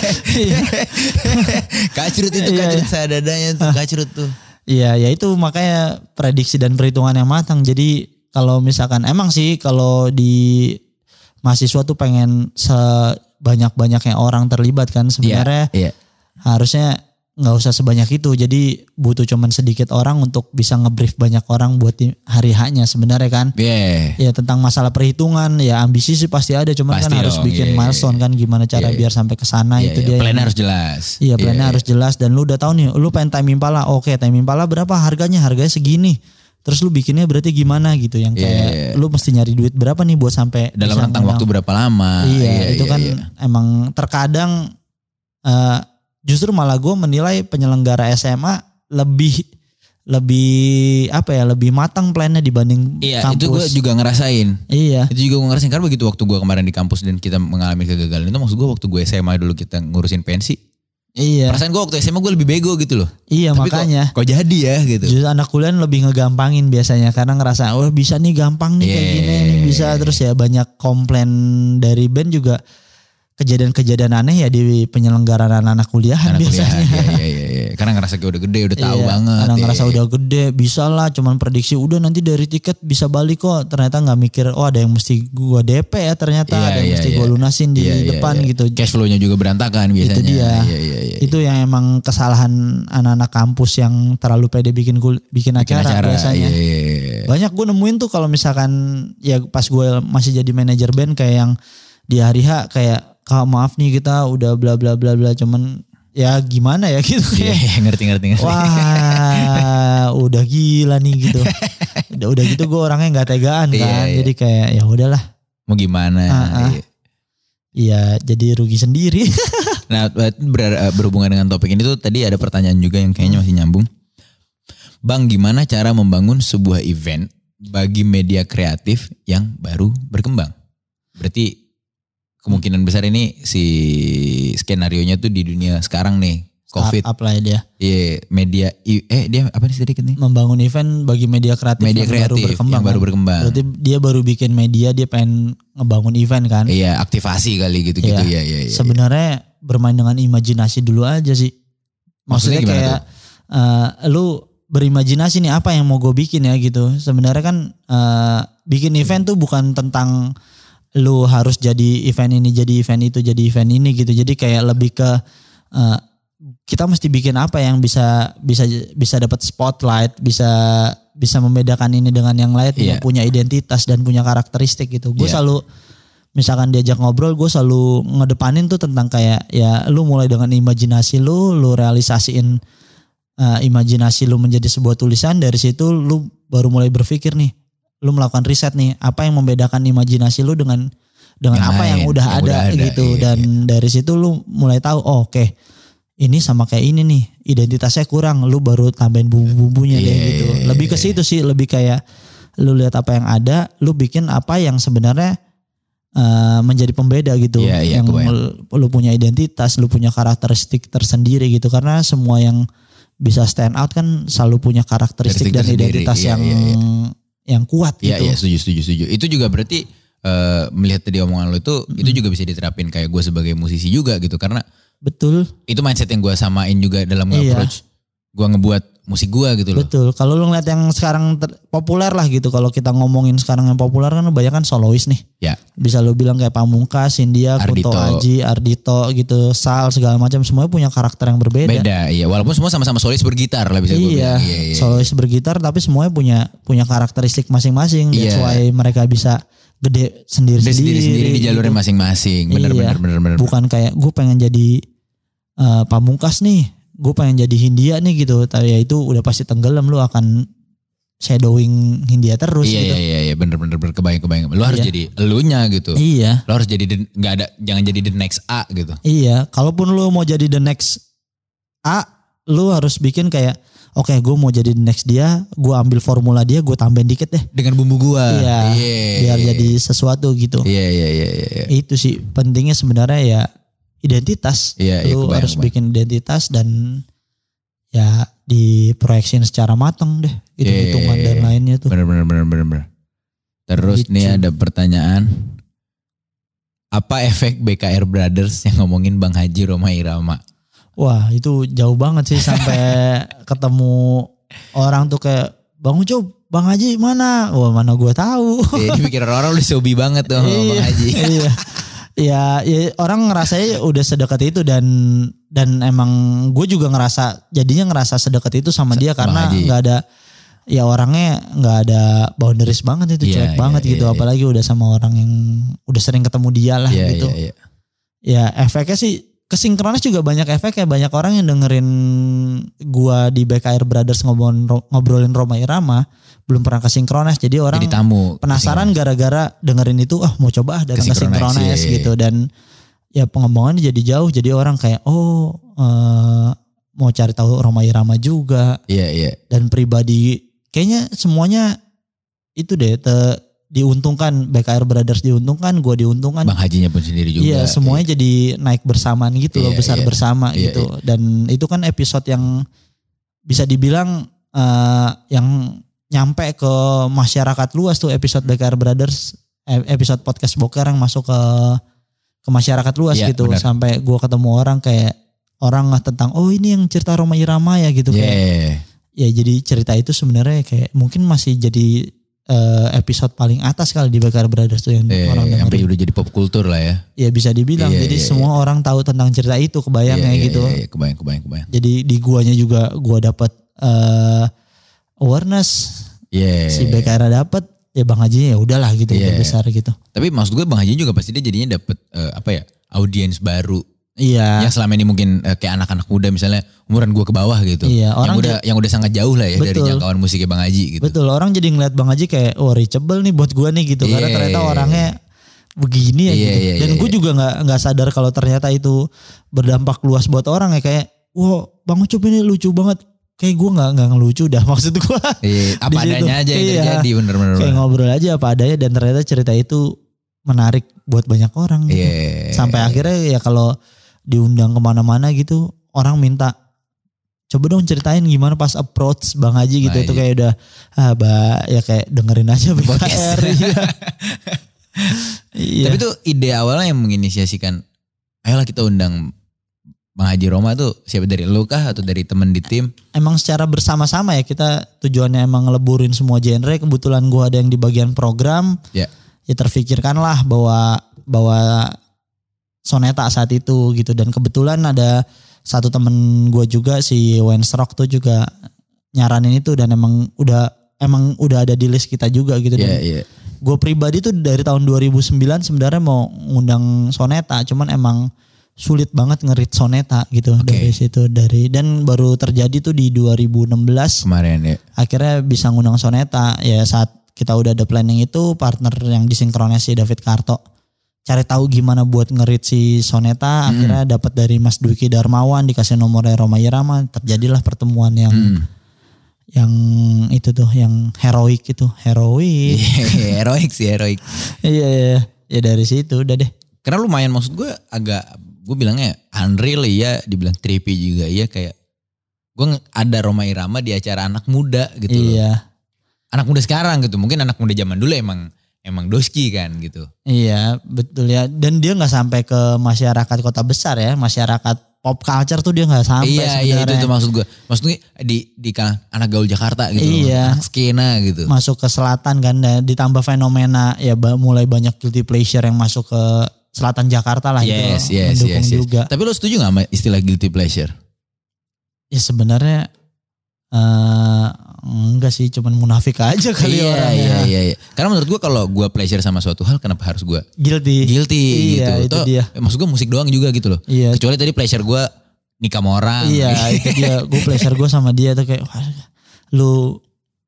Kacrut itu kacrut seadadanya tuh kacrut tuh. Iya ya itu makanya prediksi dan perhitungan yang matang. Jadi kalau misalkan emang sih kalau di mahasiswa tuh pengen sebanyak-banyaknya orang terlibat kan sebenarnya. Iya. Yeah, yeah. Harusnya nggak usah sebanyak itu, jadi butuh cuman sedikit orang untuk bisa ngebrief banyak orang buat hari H-nya sebenarnya kan. Iya. Yeah. Ya tentang masalah perhitungan, ya ambisi sih pasti ada, cuman pasti kan harus dong, bikin yeah, milestone kan, gimana cara yeah, biar sampai ke sana yeah, itu yeah. dia. Plannya harus jelas. Iya, plannya yeah, harus yeah. jelas dan lu udah tahu nih, lu pengen time Impala, oke time Impala berapa harganya? Harganya segini. Terus lu bikinnya berarti gimana gitu, yang kayak yeah. lu mesti nyari duit berapa nih buat sampai dalam rentang waktu berapa lama? Iya, yeah, itu yeah, kan yeah. emang terkadang. Uh, Justru malah gue menilai penyelenggara S M A lebih lebih apa ya lebih matang plannya dibanding iya, kampus. Iya itu gue juga ngerasain. Iya. Itu juga gue ngerasain karena begitu waktu gue kemarin di kampus dan kita mengalami kegagalan itu maksud gue waktu gue S M A dulu kita ngurusin pensi. Iya. Perasaan gue waktu S M A gue lebih bego gitu loh. Iya. Tapi makanya. Kok, kok jadi ya gitu. Justru anak kuliah lebih ngegampangin biasanya karena ngerasa oh bisa nih gampang nih yeah. kayak gini nih bisa terus ya banyak komplain dari band juga. Kejadian-kejadian aneh ya di penyelenggaraan anak kuliahan anak biasanya. Kuliahan, iya, iya, iya. Karena Karena ngerasa kayak udah gede, udah tahu iya, banget. Karena iya. ngerasa udah gede, bisa lah cuman prediksi udah nanti dari tiket bisa balik kok. Ternyata gak mikir oh ada yang mesti gue D P ya ternyata, Iya, ada yang iya, mesti iya. gue lunasin di Iya, iya, depan iya. gitu. Cash flow-nya juga berantakan biasanya. Itu dia. Iya, iya, iya, Itu yang emang kesalahan anak-anak kampus yang terlalu pede bikin bikin, bikin acara, bikin acara biasanya. Iya, iya, iya. Banyak gue nemuin tuh kalau misalkan ya pas gue masih jadi manajer band kayak yang di hari H kayak kak maaf nih kita udah bla bla bla bla cuman ya gimana ya gitu Iya, kayak ngerti ngerti ngerti. wah udah gila nih gitu. Udah udah gitu gue orangnya nggak tegaan kan. Iya, iya. Jadi kayak ya udahlah. Mau gimana? Ah, ah. Iya jadi rugi sendiri. Nah ber, berhubungan dengan topik ini tuh tadi ada pertanyaan juga yang kayaknya masih nyambung. Bang, gimana cara membangun sebuah event bagi media kreatif yang baru berkembang? Berarti kemungkinan besar ini si skenarionya tuh di dunia sekarang nih, COVID. Startup lah ya dia. Iya, media eh dia apa nih sedikit nih? Membangun event bagi media kreatif Media yang kreatif baru berkembang. yang baru kan. berkembang. Berarti dia baru bikin media, dia pengen ngebangun event kan. Iya, aktivasi kali gitu-gitu Iya. ya, ya, ya. Sebenarnya bermain dengan imajinasi dulu aja sih. Maksudnya Maksudnya, gimana kayak uh, lu berimajinasi nih apa yang mau gue bikin ya gitu. Sebenarnya kan uh, bikin event tuh bukan tentang lu harus jadi event ini, jadi event itu, jadi event ini gitu. Jadi kayak lebih ke uh, kita mesti bikin apa yang bisa bisa bisa dapat spotlight, bisa bisa membedakan ini dengan yang lain, Iya. yang punya identitas dan punya karakteristik gitu. Gue Iya. selalu misalkan diajak ngobrol, gue selalu ngedepanin tuh tentang kayak ya lu mulai dengan imajinasi lu, lu realisasiin uh, imajinasi lu menjadi sebuah tulisan. Dari situ lu baru mulai berpikir nih, lu melakukan riset nih, apa yang membedakan imajinasi lu dengan dengan Yang apa lain, yang udah yang ada, udah ada, gitu. iya, Dan dari situ lu mulai tahu, oh, oke, okay, ini sama kayak ini nih, identitasnya kurang, lu baru tambahin bumbu-bumbunya deh Iya, gitu. iya, Lebih ke situ sih, lebih kayak lu lihat apa yang ada, lu bikin apa yang sebenarnya uh, menjadi pembeda gitu. Iya, iya, yang kebayang. lu punya identitas, lu punya karakteristik tersendiri gitu. Karena semua yang bisa stand out kan selalu punya karakteristik dan Tersendiri, identitas iya, yang iya, iya. yang kuat Iya, gitu. iya, setuju, setuju, setuju. Itu juga berarti uh, melihat tadi omongan lo itu, mm-hmm. itu juga bisa diterapin kayak gue sebagai musisi juga gitu. Karena Betul. itu mindset yang gue samain juga dalam Iya. nge-approach gue ngebuat musik gue gitu loh. Betul. Kalau lu ngeliat yang sekarang ter- populer lah gitu. Kalau kita ngomongin sekarang yang populer kan kebanyakan solois nih. Ya. Bisa lu bilang kayak Pamungkas, India, Ardhito. Kunto Aji, Ardhito gitu, Sal segala macam, semuanya punya karakter yang berbeda. Beda, iya. Walaupun semua sama-sama solois bergitar lah bisa gue Iya, bilang. Iya, iya, solois bergitar tapi semuanya punya punya karakteristik masing-masing. That's Iya. why mereka bisa gede sendiri-sendiri. Sendiri-sendiri di jalurnya gitu. masing-masing. Bener, Iya. bener, bener, bener. Bukan kayak gue pengen jadi uh, Pamungkas nih, gue pengen jadi Hindia nih gitu. Tapi ya itu udah pasti tenggelam, lu akan shadowing Hindia terus Iya, gitu. iya, iya, iya, bener, bener, bener, kebayang, kebayang. Lu harus Iya. jadi elunya gitu. Iya, Lu harus jadi, the- nggak ada, jangan jadi the next A gitu. iya. Kalaupun lu mau jadi the next A, lu harus bikin kayak, oke, gue mau jadi the next dia, gue ambil formula dia, gue tambahin dikit deh. Dengan bumbu gua. Iya, biar jadi sesuatu gitu. Iya, iya, iya, iya, iya. Itu sih pentingnya sebenarnya ya identitas. Iya, iya, Lu kebayang, harus kebayang. bikin identitas dan ya diproyeksiin secara matang deh. Gitu, Iya, iya, hitungan iya, dan iya. lainnya tuh. Bener, bener, bener, bener, bener. Terus Gitu. nih ada pertanyaan. Apa efek B K R Brothers yang ngomongin Bang Haji Rhoma Irama? Wah itu jauh banget sih sampai ketemu orang tuh kayak Bang Ucup, Bang Haji mana? Wah mana gue tahu. Jadi pikir orang udah sobi banget tuh sama Bang Haji. Iya. Ya, ya orang ngerasanya udah sedekat itu dan dan emang gue juga ngerasa jadinya ngerasa sedekat itu sama dia Bang karena Haji. nggak ada ya orangnya nggak ada boundaries banget itu, Iya, cuek iya, banget iya, gitu iya. apalagi udah sama orang yang udah sering ketemu dia lah Iya, gitu. iya, iya. Ya efeknya sih kesinkronis juga banyak efeknya, banyak orang yang dengerin gua di B K R Brothers ngobrolin, ngobrolin Rhoma Irama belum pernah kesinkronis, jadi orang Jadi tamu. penasaran gara-gara dengerin itu, ah mau coba ah datang ke Kesinkronis, sinkronis iya, iya. gitu. Dan ya pengembangannya jadi jauh, jadi orang kayak oh eh, mau cari tahu Rhoma Irama juga. Iya, iya. Dan pribadi kayaknya semuanya itu deh te, diuntungkan, B K R Brothers diuntungkan, gue diuntungkan. Bang Hajinya pun sendiri juga. Iya semuanya jadi naik bersamaan gitu loh, Iya, besar iya. bersama Iya, gitu. Dan itu kan episode yang bisa dibilang eh, yang nyampe ke masyarakat luas tuh, episode B K R Brothers, eh, episode podcast Boker yang masuk ke ke masyarakat luas Iya, gitu. benar. Sampai gue ketemu orang kayak orang tentang oh ini yang cerita Rhoma Irama ya gitu Yeah. kayak. Ya jadi cerita itu sebenarnya kayak mungkin masih jadi uh, episode paling atas kali di Bakar Brothers tuh yang Yeah, orang dengerin. sampai udah jadi pop kultur lah ya. Ya bisa dibilang. Yeah, jadi yeah, semua yeah. orang tahu tentang cerita itu, kebayang yeah, ya yeah, gitu. Yeah, yeah, kebayang, kebayang, kebayang. Jadi di guanya juga gua dapat uh, awareness. Yeah. Si B K R dapat, ya Bang Haji ya udahlah gitu Yeah. besar gitu. Tapi maksud gue Bang Haji juga pasti dia jadinya dapat uh, apa ya? Audiens baru. Iya. Yang selama ini mungkin uh, kayak anak-anak muda misalnya umuran gue ke bawah gitu. Iya, orang yang udah yang udah sangat jauh lah ya betul. dari jangkauan musiknya Bang Haji gitu. Betul, orang jadi ngeliat Bang Haji kayak oh reachable nih buat gue nih gitu. Yeah. Karena ternyata orangnya begini ya Yeah, gitu. yeah, Dan yeah, gue yeah. juga gak, gak sadar kalau ternyata itu berdampak luas buat orang ya. Kayak wah Bang Ucup ini lucu banget. Kayak gue gak, gak ngelucu dah maksud gue. Iya, apa adanya aja yang iya. terjadi bener-bener. Kayak ngobrol aja apa adanya dan ternyata cerita itu menarik buat banyak orang. Gitu. Yeah. Sampai akhirnya ya kalau diundang kemana-mana gitu orang minta coba dong ceritain gimana pas approach Bang Haji gitu. Nah, itu iya. kayak udah ah bah, ya kayak dengerin aja B K R. Iya. Iya. Tapi tuh ide awalnya yang menginisiasikan ayolah kita undang Bang Haji Rhoma tuh siapa, dari lu kah atau dari temen di tim? Emang secara bersama-sama ya kita tujuannya emang ngeleburin semua genre. Kebetulan gua ada yang di bagian program. Ya. Ya terfikirkan lah bahwa bahwa Soneta saat itu gitu. Dan kebetulan ada satu temen gue juga si Wensrock tuh juga nyaranin itu. Dan emang udah emang udah ada di list kita juga gitu. Iya, Dan iya. gue pribadi tuh dari tahun dua ribu sembilan sebenarnya mau ngundang Soneta. Cuman emang sulit banget ngerit Soneta gitu. Okay. Dari situ. dari Dan baru terjadi tuh di dua ribu enam belas. Kemarin ya. Akhirnya bisa ngundang Soneta. Ya saat kita udah ada planning itu partner yang disinkronnya si David Karto. Cari tahu gimana buat ngerit si Soneta, akhirnya hmm. dapat dari Mas Dwiki Darmawan, dikasih nomornya Rhoma Irama, terjadilah pertemuan yang hmm. yang itu tuh, yang heroik itu, heroik. Yeah, heroik sih, heroik. Iya, iya, ya dari situ udah deh. Karena lumayan, maksud gue agak, gue bilangnya unreal ya, dibilang trippy juga ya, kayak gue ada Rhoma Irama di acara anak muda gitu loh. Iya. Anak muda sekarang gitu, mungkin anak muda zaman dulu emang Emang doski kan gitu. Iya betul ya. Dan dia gak sampai ke masyarakat kota besar ya. Masyarakat pop culture tuh dia gak sampai iya, sebenarnya. Iya itu, itu maksud gue. Maksudnya di, di anak gaul Jakarta gitu. Iya. Anak skena gitu. Masuk ke selatan kan. Dan ditambah fenomena ya mulai banyak guilty pleasure yang masuk ke selatan Jakarta lah. Yes, itu yes, mendukung yes, yes. juga. Tapi lo setuju gak sama istilah guilty pleasure? Ya sebenarnya uh, enggak sih, cuman munafik aja kali iya, orangnya. Iya, iya, iya. Karena menurut gue kalau gue pleasure sama suatu hal, kenapa harus gue guilty? Guilty iya, gitu. Itu Tuh, dia. Maksud gue musik doang juga gitu loh. Iya. Kecuali tadi pleasure gue nikah sama orang. Iya itu dia. Gue pleasure gue sama dia tuh kayak wah, lu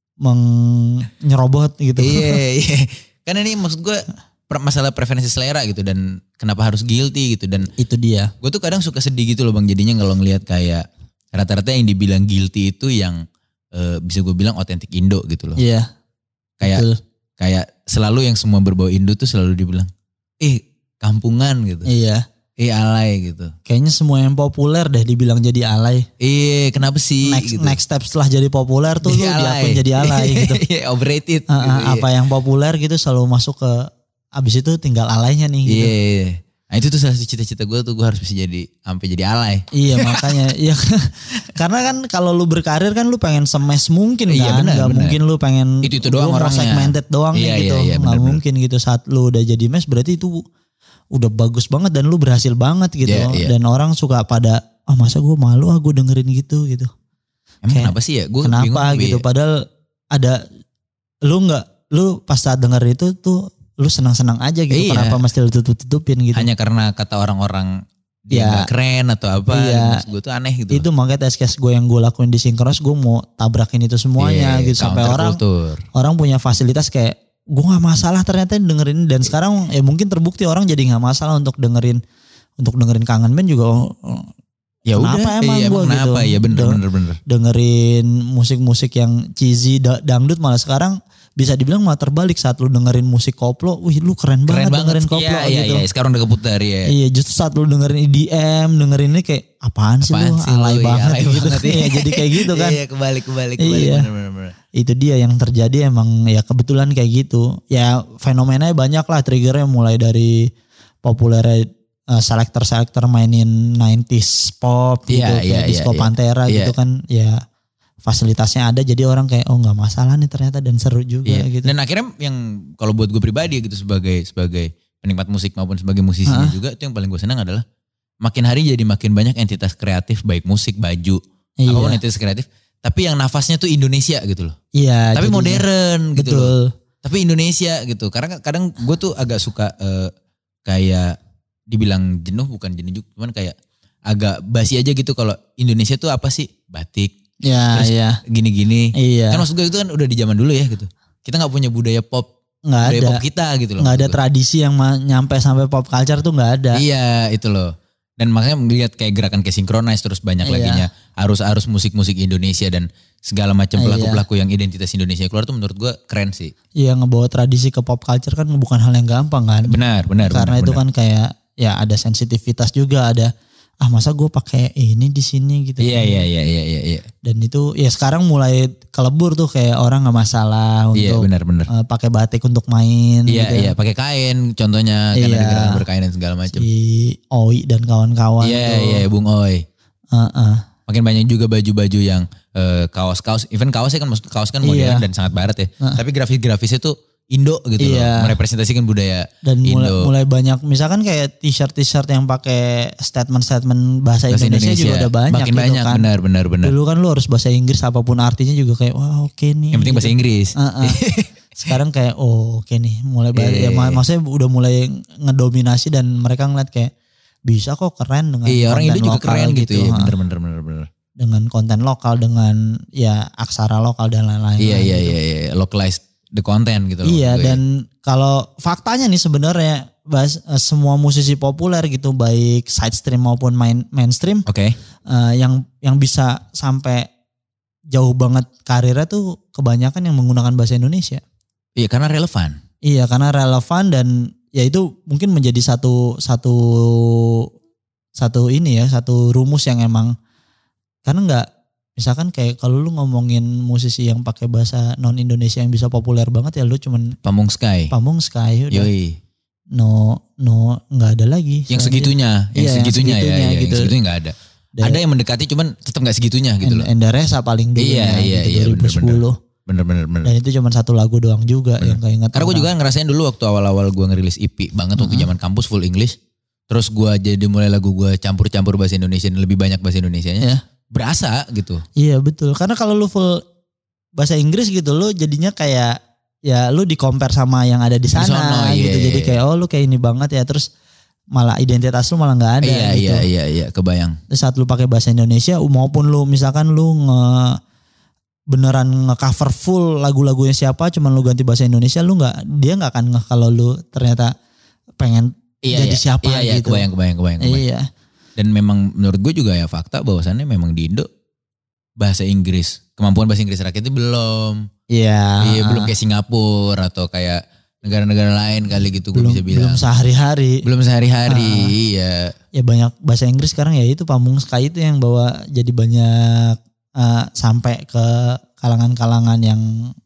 menyerobot gitu. Iya, iya. Karena ini maksud gue masalah preferensi selera gitu, dan kenapa harus guilty gitu. Dan itu dia. Gue tuh kadang suka sedih gitu loh Bang, jadinya kalau ngelihat kayak rata-rata yang dibilang guilty itu yang Uh, bisa gue bilang otentik Indo gitu loh. Iya. Kayak betul. Kayak selalu yang semua berbau Indo tuh selalu dibilang, eh kampungan gitu. Iya. Eh alay gitu. Kayaknya semua yang populer deh dibilang jadi alay. Eh kenapa sih? Next, gitu. next step setelah jadi populer tuh lu diakui jadi alay gitu. Iya overrated. Uh, gitu, apa iya. yang populer gitu selalu masuk ke, abis itu tinggal alaynya nih gitu. Iya. Nah itu tuh salah satu cita-cita gue tuh, gue harus bisa jadi sampai jadi alay. Iya makanya, iya karena kan kalau lu berkarir kan lu pengen smash mungkin kan, iya, bener, gak bener. mungkin lu pengen itu itu doang mau orangnya. segmented doang iya, nih gitu, iya, iya, nggak bener, mungkin gitu. Saat lu udah jadi mes berarti itu udah bagus banget dan lu berhasil banget gitu, Iya, iya. dan orang suka pada ah masa gue malu ah gue dengerin gitu gitu. Emang Kayak, kenapa sih ya? Gua kenapa bingung, gitu? ya. Padahal ada lu nggak, lu pas saat denger itu tuh lu senang-senang aja gitu. Iya. Kenapa mesti lu tutup-tutupin gitu? Hanya karena kata orang-orang dia Ya. gak keren atau apa. Iya. Maksud gue tuh aneh gitu. Itu makanya test case gue yang gue lakuin di Synchronize, gue mau tabrakin itu semuanya Iya, gitu. Sampai orang counterculture. orang punya fasilitas kayak gue gak masalah ternyata dengerin. Dan sekarang ya mungkin terbukti orang jadi gak masalah untuk dengerin, untuk dengerin Kangen Band juga. Oh, Ya kenapa udah, emang iya, gue emang gitu. kenapa? Ya bener, Den- bener, bener. Dengerin musik-musik yang cheesy, da- dangdut, malah sekarang bisa dibilang malah terbalik saat lu dengerin musik koplo. Wih lu keren, Keren banget, banget. dengerin koplo Iya, iya, gitu. iya. Sekarang udah keputar ya. Iya justru saat lu dengerin E D M, dengerin ini kayak apaan sih Apaan lu, sih alay lu, iya, banget alay gitu. banget, iya. Iya jadi kayak gitu kan. Iya, kebalik, kebalik, kebalik. Iya. Bener, bener, bener. Itu dia yang terjadi, emang ya kebetulan kayak gitu. Ya fenomenanya banyak lah, triggernya mulai dari populernya uh, selektor-selektor mainin nineties pop gitu, Iya, kayak iya, Disco iya, Pantera iya. gitu kan, ya fasilitasnya ada jadi orang kayak oh nggak masalah nih ternyata dan seru juga Iya. gitu. Dan akhirnya yang kalau buat gue pribadi gitu sebagai sebagai penikmat musik maupun sebagai musisinya Hah? juga itu yang paling gue senang adalah makin hari jadi makin banyak entitas kreatif baik musik, baju, Iya. apapun entitas kreatif. Tapi yang nafasnya tuh Indonesia gitu loh. Iya. Tapi jadinya. modern gitu Betul. loh. Tapi Indonesia gitu. Karena kadang gue tuh agak suka uh, kayak dibilang jenuh bukan jenuh juga. Cuman kayak agak basi aja gitu kalau Indonesia tuh apa sih? Batik. Ya, Terus iya. gini-gini. Iya. Kan maksud gue itu kan udah di zaman dulu ya gitu. Kita gak punya budaya pop. Nggak Budaya ada. pop kita gitu loh. Nggak ada maksud gue. tradisi yang ma- nyampe sampai pop culture tuh nggak ada. Iya itu loh. Dan makanya melihat kayak gerakan kayak Synchronize terus banyak Iya. laginya arus-arus musik-musik Indonesia dan segala macam Iya. pelaku-pelaku yang identitas Indonesia keluar tuh menurut gue keren sih. Iya, ngebawa tradisi ke pop culture kan bukan hal yang gampang kan. Benar, benar. Karena benar, itu benar. kan kayak ya ada sensitivitas juga, ada ah masa gue pakai ini di sini gitu. Iya, iya, iya, iya, iya, iya. Dan itu ya sekarang mulai kelebur tuh kayak orang nggak masalah Iya, untuk benar, benar. eh, pakai batik untuk main. Iya, gitu. iya, pakai kain contohnya kan Iya. ada gerakan berkain dan segala macam. Si Oi dan kawan-kawan Iya, tuh. iya, Bung Oi. Heeh. Makin banyak juga baju-baju yang eh, kaos-kaus, even kaosnya kan maksud kaos kan modern Iya. dan sangat barat ya. Heeh. Tapi grafis-grafisnya tuh Indo gitu Iya. loh, merepresentasikan budaya Dan mulai, Indo. mulai banyak misalkan kayak t-shirt-t-shirt yang pakai statement-statement bahasa, Bahasa Indonesia, juga udah banyak Makin gitu banyak, kan. benar, benar, benar. Dulu kan lu harus bahasa Inggris apapun artinya juga kayak wah oke nih. Yang penting bahasa gitu. Inggris. Heeh. Sekarang kayak oh oke nih mulai Iya, balik iya, ya mak- iya. maksudnya udah mulai ngedominasi dan mereka ngeliat kayak bisa kok keren dengan Iya, orang konten Indo juga lokal keren gitu, ya, ha. bener, bener, bener, bener. Dengan konten lokal dengan ya aksara lokal dan lain-lain. Iya, iya, gitu. iya, iya, localized the content gitu loh. Iya maksud gue. dan kalau faktanya nih sebenarnya bahas eh, semua musisi populer gitu baik side stream maupun main mainstream Oke. eh, yang yang bisa sampai jauh banget karirnya tuh kebanyakan yang menggunakan bahasa Indonesia. Iya, karena relevan. Iya karena relevan dan ya itu mungkin menjadi satu satu satu ini ya satu rumus yang emang karena nggak misalkan kayak kalau lu ngomongin musisi yang pakai bahasa non Indonesia yang bisa populer banget ya lu cuman Pamung Sky. Pamung Sky udah Yoi. no no nggak ada lagi. Yang segitunya, yang Iya, yang segitunya, segitunya ya, ya, gitu. yang segitunya nggak ada. Dan Ada yang mendekati cuman tetap nggak segitunya gitu loh. Endaresa paling dulu Iya, ya, iya, gitu, iya, dua ribu sepuluh Bener, bener, bener. dan itu cuma satu lagu doang juga Bener. yang keinget. Karena gue orang. juga ngerasain dulu waktu awal-awal gue ngerilis E P banget waktu Mhm. zaman kampus full English. Terus gue jadi mulai lagu gue campur-campur bahasa Indonesia dan lebih banyak bahasa Indonesianya. Iya. Berasa gitu. Iya betul karena kalau lu full bahasa Inggris gitu lu jadinya kayak ya lu di compare sama yang ada di sana sono, gitu iya, jadi iya. kayak oh lu kayak ini banget ya terus malah identitas lu malah nggak ada Iya, gitu. iya, iya, iya, kebayang. Terus saat lu pakai bahasa Indonesia maupun lu misalkan lu nge beneran nge-cover full lagu-lagunya siapa cuman lu ganti bahasa Indonesia lu nggak dia nggak akan ngeh kalau lu ternyata pengen Iya, jadi iya, siapa iya, iya, gitu. kebayang, kebayang, kebayang, kebayang. Iya. Dan memang menurut gue juga ya fakta bahwasannya memang di Indo bahasa Inggris, kemampuan bahasa Inggris rakyat itu belum. Iya. Iya, belum kayak Singapura atau kayak negara-negara lain kali gitu gue belum bisa bilang. belum sehari-hari. Belum sehari-hari, Ah. iya. Ya banyak bahasa Inggris sekarang ya itu Pamung Sky itu yang bawa jadi banyak eh, sampai ke kalangan-kalangan yang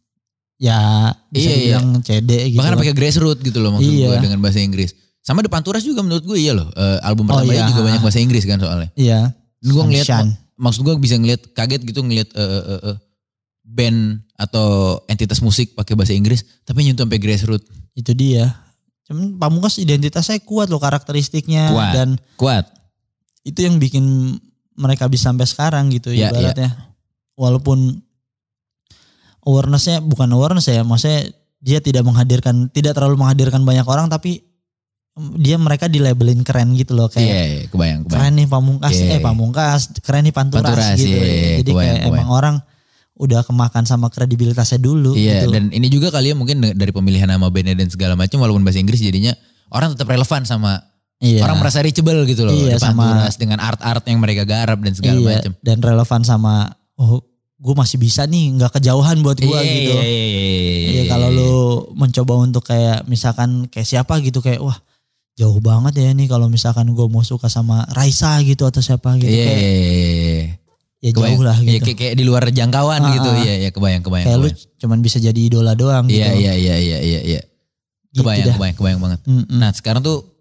ya bisa Iya, iya. dibilang C D gitu. Bahkan pakai grassroots gitu loh maksud Iya. gue dengan bahasa Inggris. Sama The Panturas juga menurut gue iya loh. Eh, album Oh, pertamanya iya. juga banyak bahasa Inggris kan soalnya. Iya. Dan gue ngeliat, Sunshine. maksud gue bisa ngeliat kaget gitu ngeliat eh, eh, eh, eh, band atau entitas musik pakai bahasa Inggris tapi nyentuh sampai grassroots. Itu dia. Cuman Pamungkas identitasnya kuat loh karakteristiknya Kuat. dan Kuat. itu yang bikin mereka bisa sampai sekarang gitu Iya, ibaratnya. Walaupun awarenessnya bukan awareness ya, maksudnya dia tidak menghadirkan, tidak terlalu menghadirkan banyak orang tapi dia mereka di labelin keren gitu loh kayak Iya, iya, kebayang, kebayang. keren nih Pamungkas, Iya. eh Pamungkas, keren nih Panturas, Panturas, gitu. iya, iya, Jadi kebayang, kayak kebayang. emang orang udah kemakan sama kredibilitasnya dulu Iya, gitu. dan ini juga kali ya mungkin dari pemilihan nama bandnya dan segala macam walaupun bahasa Inggris jadinya orang tetap relevan sama Iya. orang merasa reachable gitu loh. Iya, The sama- Panturas dengan art-art yang mereka garap dan segala Iya, macam. dan relevan sama oh gue masih bisa nih nggak kejauhan buat gue Iya, gitu. iya, iya, iya, iya, Iya kalau lu mencoba untuk kayak misalkan kayak siapa gitu kayak wah jauh banget ya nih kalau misalkan gue mau suka sama Raisa gitu atau siapa gitu Iya, kayak iya, iya, iya. ya Kebayang. jauh lah Iya, gitu. kayak, kayak di luar jangkauan Ah, gitu. ah. Iya, iya, kebayang, kebayang. Kayak lu kebayang. cuman bisa jadi idola doang Iya, gitu. iya, iya, iya, iya, iya. Gitu Kebayang, dah. kebayang, kebayang banget. Mm-mm. Nah, sekarang tuh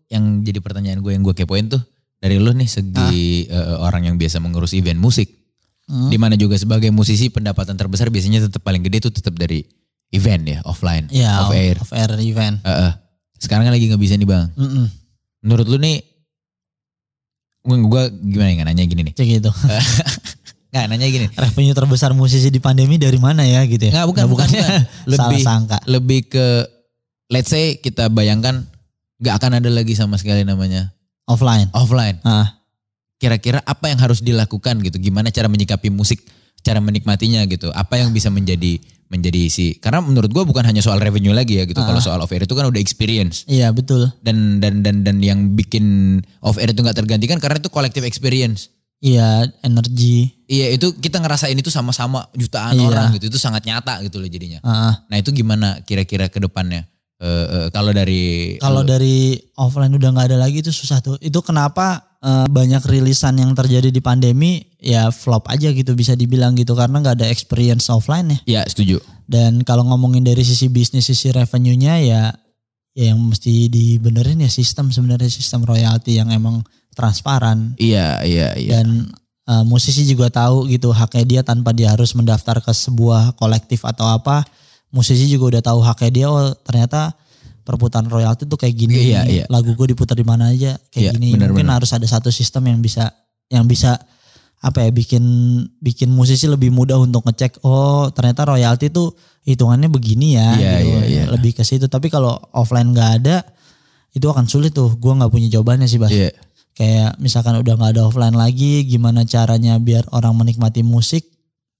yang jadi pertanyaan gue yang gue kepoin tuh dari lu nih segi ah. uh, orang yang biasa mengurus event musik. Hmm. Dimana juga sebagai musisi pendapatan terbesar biasanya tetap paling gede tuh tetap dari event ya, offline, ya, off air. Off air event. Uh, uh. Sekarang kan lagi gak bisa nih bang. Mm-mm. Menurut lu nih, gue gimana ya nanya gini nih. Cek gitu. Nggak nanya gini. Revenue terbesar musisi di pandemi dari mana ya gitu ya? Nggak bukan, nah, bukan, bukan. Lebih, salah sangka. Lebih ke, let's say kita bayangkan gak akan ada lagi sama sekali namanya. Offline. Offline. Ah. Kira-kira apa yang harus dilakukan gitu? Gimana cara menyikapi musik, cara menikmatinya gitu? Apa yang bisa menjadi menjadi isi? Karena menurut gue bukan hanya soal revenue lagi ya gitu. Uh. Kalau soal off air itu kan udah experience. Iya betul. Dan dan dan dan yang bikin off air itu nggak tergantikan karena itu collective experience. Iya, energi. Iya, itu kita ngerasain itu sama-sama jutaan iya. orang gitu. Itu sangat nyata gitu loh jadinya. Uh. Nah itu gimana kira-kira ke depannya? Uh, uh, kalau dari kalau uh, dari offline udah nggak ada lagi itu susah tuh. Itu kenapa uh, banyak rilisan yang terjadi di pandemi ya flop aja gitu bisa dibilang gitu karena nggak ada experience offline ya. Iya setuju. Dan kalau ngomongin dari sisi bisnis, sisi revenue-nya ya, ya yang mesti dibenerin ya sistem sebenarnya sistem royalti yang emang transparan. Iya iya iya. Dan uh, musisi juga tahu gitu haknya dia tanpa dia harus mendaftar ke sebuah kolektif atau apa. Musisi juga udah tahu haknya dia, oh ternyata perputaran royalti tuh kayak gini, iya, iya. lagu gue diputar di mana aja kayak iya, gini. Bener, mungkin bener. Harus ada satu sistem yang bisa yang bisa apa ya bikin bikin musisi lebih mudah untuk ngecek, oh ternyata royalti tuh hitungannya begini ya, iya, gitu. Iya, iya. Lebih ke situ. Tapi kalau offline nggak ada, itu akan sulit tuh. Gue nggak punya jawabannya sih, Bas. Iya. Kayak misalkan udah nggak ada offline lagi, gimana caranya biar orang menikmati musik?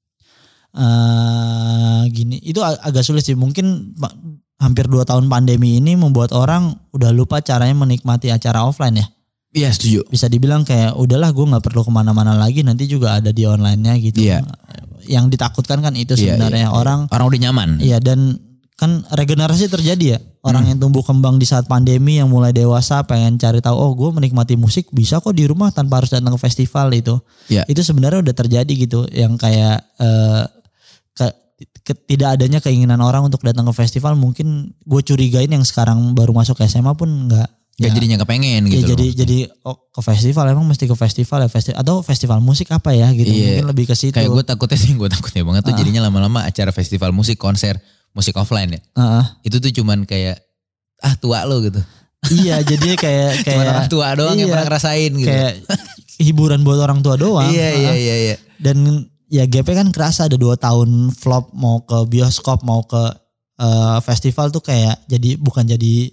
Uh, gini itu ag- agak sulit sih mungkin hampir dua tahun pandemi ini membuat orang udah lupa caranya menikmati acara offline ya. Iya setuju. Bisa dibilang kayak udahlah gue nggak perlu kemana-mana lagi nanti juga ada di online-nya gitu. Iya. Yang ditakutkan kan itu iya, sebenarnya iya, iya. orang orang udah nyaman. Iya dan kan regenerasi terjadi ya orang hmm. yang tumbuh kembang di saat pandemi yang mulai dewasa pengen cari tahu oh gue menikmati musik bisa kok di rumah tanpa harus datang ke festival itu. Iya. Itu sebenarnya udah terjadi gitu yang kayak uh, ke, ke, tidak adanya keinginan orang untuk datang ke festival mungkin gue curigain yang sekarang baru masuk S M A pun nggak ya, jadinya kepengen gitu ya, jadi loh. jadi oh, ke festival emang mesti ke festival ya festival atau festival musik apa ya gitu iya, mungkin lebih ke situ kayak gue takutnya sih gue takutnya banget tuh uh. jadinya lama-lama acara festival musik konser musik offline ya uh. itu tuh cuman kayak ah tua lo gitu iya jadi kayak kayak cuman orang tua doang iya, yang pernah ngerasain gitu kayak hiburan buat orang tua doang iya iya iya iya dan ya G P kan kerasa ada dua tahun flop mau ke bioskop mau ke uh, festival tuh kayak jadi bukan jadi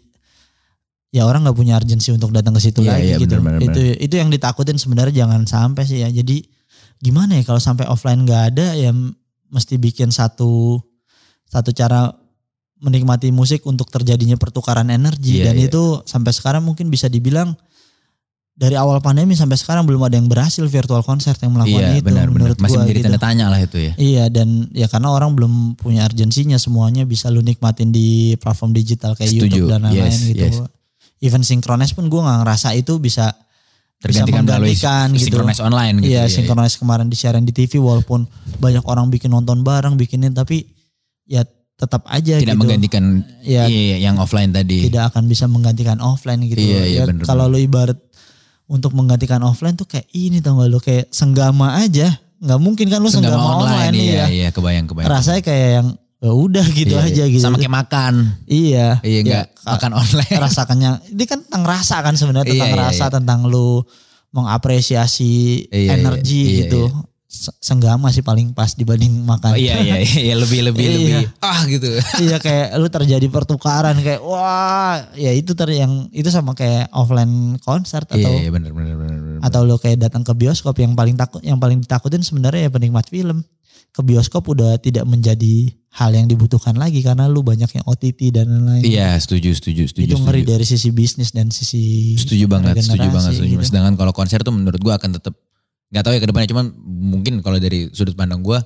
ya orang nggak punya urgensi untuk datang ke situ iya, lagi iya, gitu. Bener, bener, itu bener. itu yang ditakutin sebenarnya jangan sampai sih ya. Jadi gimana ya kalau sampai offline nggak ada ya mesti bikin satu satu cara menikmati musik untuk terjadinya pertukaran energi iya, dan iya. itu sampai sekarang mungkin bisa dibilang dari awal pandemi sampai sekarang belum ada yang berhasil virtual konser yang melakukan iya, itu benar, menurut benar. Masih gua menjadi gitu. Tanda tanya lah itu ya. Iya dan ya karena orang belum punya urgensinya semuanya bisa lu nikmatin di platform digital kayak Setuju. YouTube dan lain-lain yes, gitu. Yes. Even Synchronize pun gue gak ngerasa itu bisa tergantikan melalui gitu. Synchronize online gitu. Iya, ya, Synchronize ya. kemarin disiaran di T V walaupun banyak orang bikin nonton bareng bikinin tapi ya tetap aja tidak gitu. menggantikan ya, iya, yang offline tadi. Tidak akan bisa menggantikan offline gitu. Iya, iya, ya, bener, kalau lu ibarat untuk menggantikan offline tuh kayak ini tau gak lu kayak senggama aja. Gak mungkin kan lu senggama, senggama online, online iya, ya. Iya, kebayang kebayang. Rasanya kayak yang ya udah gitu iya, aja iya. gitu. Sama kayak makan. Iya. Iya enggak ya, makan online. Rasakannya ini kan tentang rasa kan sebenarnya tentang iya, rasa iya. tentang lu mengapresiasi iya, energi iya, gitu. Iya, iya. Senggama sih paling pas dibanding makan. Oh, iya iya iya lebih lebih iya. lebih ah gitu. Iya kayak lu terjadi pertukaran kayak wah ya itu ter yang itu sama kayak offline konser atau iya, iya benar benar benar. Atau lu kayak datang ke bioskop yang paling takut yang paling ditakutin sebenarnya ya penikmat film. Ke bioskop udah tidak menjadi hal yang dibutuhkan lagi karena lu banyak yang O T T dan lain-lain. Iya setuju setuju setuju. Itu ngeri setuju. dari sisi bisnis dan sisi setuju banget setuju banget setuju. Gitu. Sedangkan kalau konser tuh menurut gua akan tetap nggak tahu ya ke depannya cuman mungkin kalau dari sudut pandang gua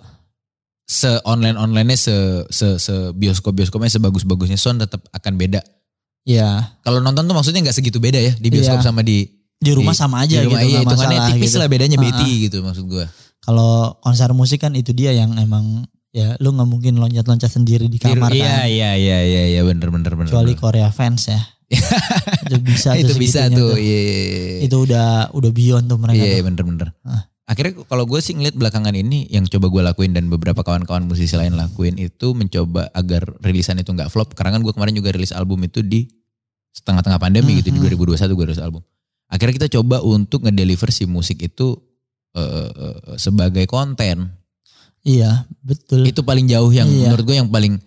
se online onlinenya se se se bioskop bioskopnya sebagus bagusnya sound tetap akan beda. Iya. Kalau nonton tuh maksudnya nggak segitu beda ya di bioskop ya. sama di di rumah di, sama aja di rumah, gitu. Iya hitungannya tipis gitu. lah bedanya uh-uh. beti gitu maksud gua. Kalau konser musik kan itu dia yang emang ya lu nggak mungkin loncat-loncat sendiri di kamar iya, kan. Iya iya iya iya bener bener bener. Kecuali bener. Korea fans ya. Itu bisa itu bisa tuh. tuh. Iya. Itu udah udah beyond tuh mereka. Iya bener-bener. Ah. Akhirnya kalau gue sih ngeliat belakangan ini yang coba gue lakuin dan beberapa kawan-kawan musisi lain lakuin itu mencoba agar rilisan itu nggak flop. Karena kan gue kemarin juga rilis album itu di setengah-tengah pandemi hmm, gitu, di dua ribu dua puluh satu gue rilis album. Akhirnya kita coba untuk ngedeliver si musik itu uh, uh, sebagai konten. Iya betul. Itu paling jauh yang iya. menurut gue yang paling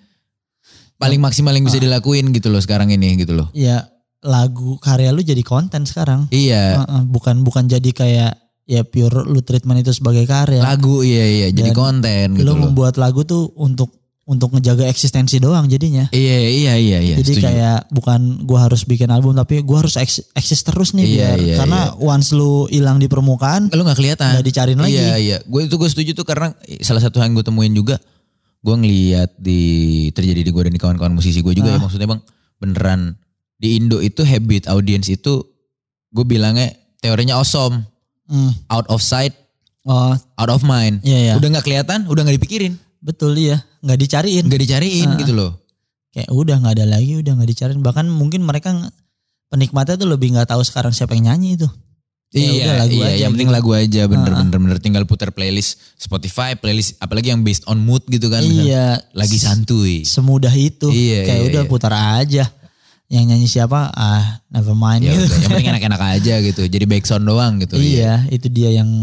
paling maksimal yang bisa uh, dilakuin gitu loh sekarang ini gitu loh. Iya, lagu karya lu jadi konten sekarang. Iya. Uh, uh, bukan bukan jadi kayak ya pure lu treatment itu sebagai karya. Lagu iya iya jadi konten gitu lu loh. Membuat lagu tuh untuk untuk ngejaga eksistensi doang jadinya. Iya iya iya iya. Jadi setuju. Kayak bukan gua harus bikin album tapi gua harus eks, eksis terus nih iya, biar iya, karena iya. once lu hilang di permukaan lu nggak kelihatan. Nggak dicariin lagi. Iya iya. Gue itu gue setuju tuh karena salah satu yang gue temuin juga gue ngeliat di terjadi di gue dan di kawan-kawan musisi gue juga ah. ya maksudnya bang beneran di Indo itu habit audience itu gue bilangnya teorinya awesome. Hmm. Out of sight, oh. out of mind. Iya, iya. Udah gak kelihatan, udah gak dipikirin. Betul iya, gak dicariin. Gak dicariin uh, gitu loh. Kayak udah gak ada lagi, udah gak dicariin. Bahkan mungkin mereka penikmatnya tuh lebih gak tahu sekarang siapa yang nyanyi itu. Iya, lagu iya, aja, yang penting gitu. Lagu aja bener-bener uh, bener, tinggal putar playlist Spotify, playlist apalagi yang based on mood gitu kan. Iya. Lagi santuy. Semudah itu. Iya, kayak iya, udah iya. putar aja. Yang nyanyi siapa ah never mind ya gitu. Udah, yang penting enak-enak aja gitu. Jadi backsound doang gitu. Iya, iya itu dia yang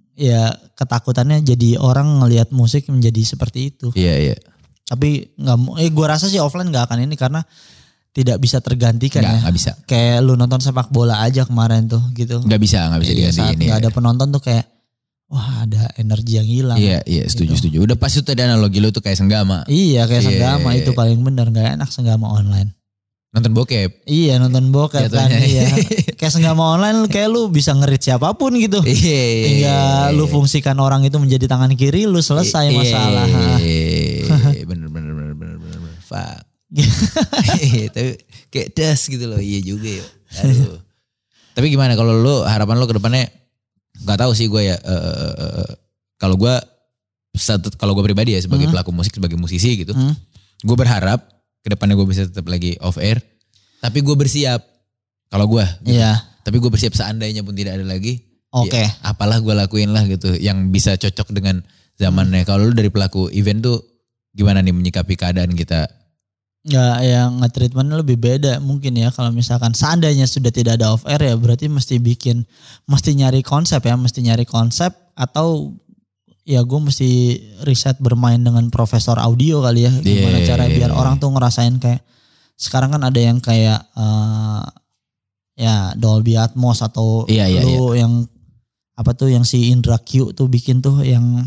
ya ketakutannya jadi orang ngelihat musik menjadi seperti itu. Iya iya. Tapi nggak, eh gue rasa sih offline nggak akan ini karena tidak bisa tergantikan gak, ya. Nggak bisa. Kayak lu nonton sepak bola aja kemarin tuh gitu. Nggak bisa, nggak bisa iya, digantiin. Nggak ya. ada penonton tuh kayak wah ada energi yang hilang. Iya iya setuju gitu. setuju. Udah pasti tuh ada analogi lu tuh kayak senggama. Iya kayak iya, senggama iya, itu paling benar nggak enak senggama online. Nonton bokep. Iya nonton bokep kan. Iya. Kayak senggama online kayak lu bisa ngerit siapapun gitu. Iya. Tinggal lu fungsikan orang itu menjadi tangan kiri lu selesai masalah. Iya bener bener bener bener bener. Fuck. Tapi kayak das gitu loh. Iya juga ya. Aduh. Tapi gimana kalau lu harapan lu ke depannya gak tahu sih gue ya. Uh, uh, uh, kalau gue kalau gue pribadi ya sebagai hmm. pelaku musik, sebagai musisi gitu. Hmm. Gue berharap kedepannya gue bisa tetap lagi off air, tapi gue bersiap kalau gue, gitu. Iya. Tapi gue bersiap seandainya pun tidak ada lagi. Oke. Okay. Ya, apalah gue lakuin lah gitu, yang bisa cocok dengan zamannya. Hmm. Kalau lu dari pelaku event tuh gimana nih menyikapi keadaan kita? Ya, yang nge-treatmentnya lebih beda mungkin ya. Kalau misalkan seandainya sudah tidak ada off air ya berarti mesti bikin, mesti nyari konsep ya, mesti nyari konsep atau ya gue mesti riset bermain dengan profesor audio kali ya. Gimana yeah, cara biar yeah. orang tuh ngerasain kayak. Sekarang kan ada yang kayak uh, ya Dolby Atmos atau yeah, yeah, lu yeah. yang apa tuh yang si Indra Q tuh bikin tuh yang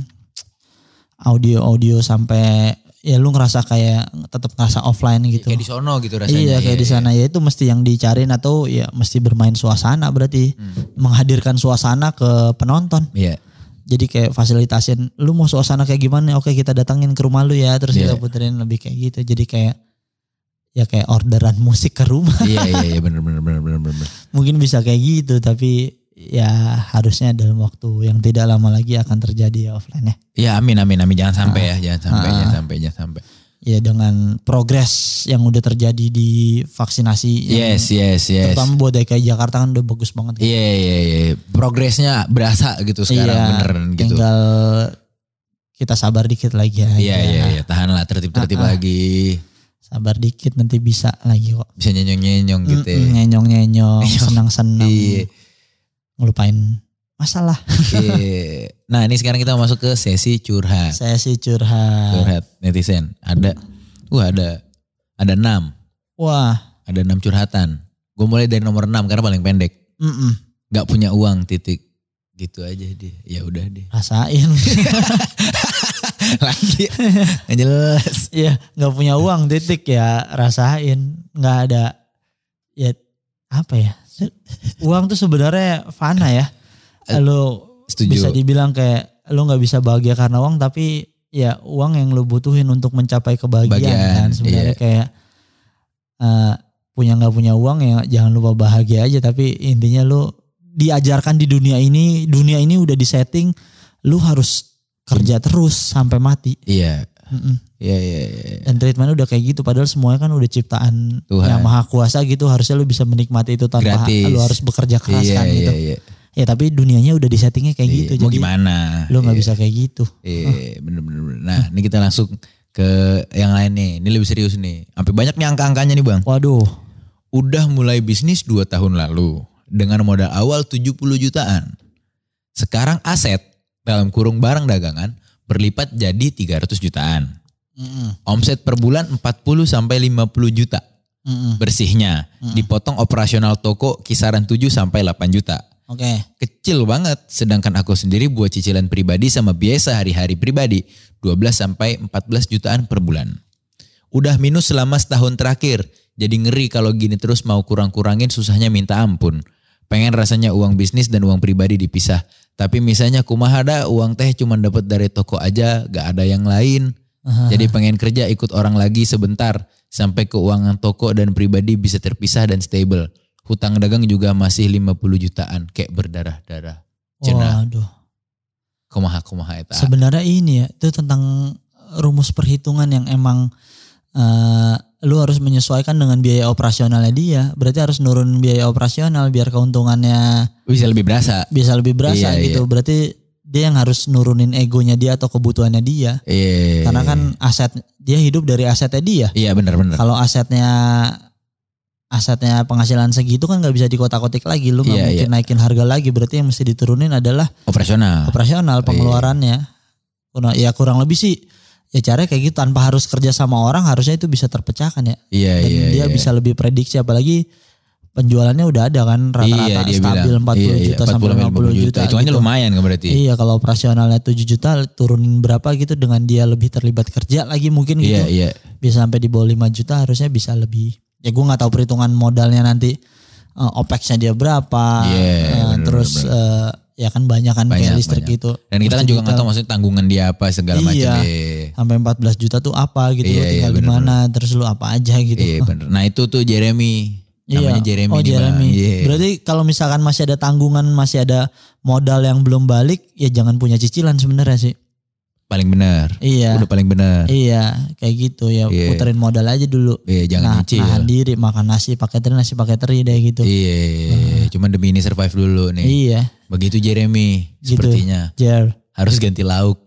audio-audio sampai ya lu ngerasa kayak tetap ngerasa offline gitu. Kayak di sono gitu rasanya. Iya kayak yeah, di sana yeah. ya itu mesti yang dicariin atau ya mesti bermain suasana berarti. Hmm. Menghadirkan suasana ke penonton. Iya. Yeah. Jadi kayak fasilitasin, lu mau suasana kayak gimana? Oke kita datangin ke rumah lu ya, terus yeah. kita puterin lebih kayak gitu. Jadi kayak ya kayak orderan musik ke rumah. Iya iya iya benar benar benar benar benar. Mungkin bisa kayak gitu, tapi ya harusnya dalam waktu yang tidak lama lagi akan terjadi ya offline ya. Iya amin amin amin jangan sampai ah, ya jangan sampai ah, jangan sampai jangan sampai. Ya dengan progres yang udah terjadi di vaksinasi. Yes, yang, yes, yes. Terutama buat D K I Jakarta kan udah bagus banget. Iya, yeah, iya, yeah, iya. Yeah. Progresnya berasa gitu sekarang yeah, beneran gitu. Tinggal kita sabar dikit lagi aja. Iya, iya, iya. Tahanlah tertib-tertib uh-uh. lagi. Sabar dikit nanti bisa lagi kok. Bisa nyenyong-nyenyong gitu ya. Nyenyong-nyenyong, senang-senang. Iya. Ngelupain masalah. Iya. Nah ini sekarang kita masuk ke sesi curhat. Sesi curhat. Curhat netizen. Ada, wah ada, ada enam. Wah. Ada enam curhatan. Gue mulai dari nomor enam karena paling pendek. Mm-mm. Gak punya uang titik. Gitu aja deh. Ya udah deh. Rasain. Lagi. Gak jelas. Iya. Gak punya uang titik ya rasain. Gak ada. Ya apa ya. Uang tuh sebenarnya fana ya. Lo Setuju. Bisa dibilang kayak lo gak bisa bahagia karena uang tapi ya uang yang lo butuhin untuk mencapai kebahagiaan Bagian, kan sebenarnya iya. kayak uh, punya gak punya uang ya jangan lupa bahagia aja tapi intinya lo diajarkan di dunia ini dunia ini udah disetting lo harus kerja terus sampai mati. Iya. Iya, iya, iya. Dan treatment udah kayak gitu. Padahal semuanya kan udah ciptaan Tuhan. yang maha kuasa gitu. Harusnya lu bisa menikmati itu tanpa Gratis. lu harus bekerja keras Iya, kan iya, gitu. iya. Ya tapi dunianya udah disettingnya kayak Iya, gitu. mau jadi gimana? lu gak Iya. bisa kayak gitu. Iya, bener-bener. Nah, ini kita langsung ke yang lain nih. Ini lebih serius nih. Sampai banyak nih angka-angkanya nih Bang. Waduh. Udah mulai bisnis dua tahun lalu dengan modal awal tujuh puluh jutaan. Sekarang aset dalam kurung barang dagangan berlipat jadi tiga ratus jutaan. Mm-mm. Omset per bulan empat puluh sampai lima puluh juta. Mm-mm. Bersihnya. Mm-mm. Dipotong operasional toko kisaran tujuh sampai delapan juta. Oke. Kecil banget. Sedangkan aku sendiri buat cicilan pribadi sama biasa hari-hari pribadi dua belas sampai empat belas jutaan per bulan. Udah minus selama setahun terakhir. Jadi ngeri kalau gini terus mau kurang-kurangin susahnya minta ampun. Pengen rasanya uang bisnis dan uang pribadi dipisah. Tapi misalnya kumaha ada uang teh cuma dapat dari toko aja, gak ada yang lain. Aha. Jadi pengen kerja ikut orang lagi sebentar. Sampai keuangan toko dan pribadi bisa terpisah dan stable. Hutang dagang juga masih lima puluh jutaan. Kayak berdarah-darah. Cenah. Waduh. Kumaha-kumaha eta. Sebenarnya ini ya, itu tentang rumus perhitungan yang emang uh, lu harus menyesuaikan dengan biaya operasionalnya dia. Berarti harus nurun biaya operasional biar keuntungannya Bisa lebih berasa. bisa lebih berasa Iya, gitu. iya. Berarti dia yang harus nurunin egonya dia atau kebutuhannya dia. Iya. Karena kan aset dia hidup dari asetnya dia. Iya benar-benar. Kalau asetnya asetnya penghasilan segitu kan nggak bisa dikotak-kotik lagi. Lu nggak Iya, mungkin iya. naikin harga lagi. Berarti yang mesti diturunin adalah Operasional. operasional pengeluarannya. Kurang, ya kurang lebih sih ya caranya kayak gitu tanpa harus kerja sama orang harusnya itu bisa terpecahkan ya. Iya Dan iya. dia iya. bisa lebih prediksi apalagi penjualannya udah ada kan rata-rata Iya, dia stabil bilang. empat puluh Iya, iya, juta sampai lima puluh juta. Itu aja gitu. lumayan kan berarti. Iya kalau operasionalnya tujuh juta turunin berapa gitu dengan dia lebih terlibat kerja lagi mungkin gitu. Iya iya. Bisa sampai di bawah lima juta harusnya bisa lebih. Ya gue gak tahu perhitungan modalnya nanti uh, OPEX-nya dia berapa. Iya, uh, bener, terus bener. uh, ya kan banyak kan Banyak, kayak listrik banyak. gitu. Dan kita kan juga nggak tahu maksudnya tanggungan dia apa segala Iya. macam. Iya. Sampai empat belas juta tuh apa gitu. Iya, Lu tinggal iya, di bener, mana terus lu apa aja gitu. Iya bener. Nah itu tuh Jeremy. Namanya Iya. Jeremy. Oh nih, Bang. Jeremy. Iya. Berarti kalau misalkan masih ada tanggungan, masih ada modal yang belum balik, ya jangan punya cicilan sebenarnya sih. Paling benar. Iya. Udah paling benar. Iya, kayak gitu ya. Iya. Puterin modal aja dulu. Iya jangan Nah, nyicil. nahan diri, makan nasi pakai teri, nasi pakai teri deh gitu. Iya. Cuman demi ini survive dulu nih. Iya, Begitu Jeremy. Gitu. Sepertinya. Jer. Harus ganti lauk.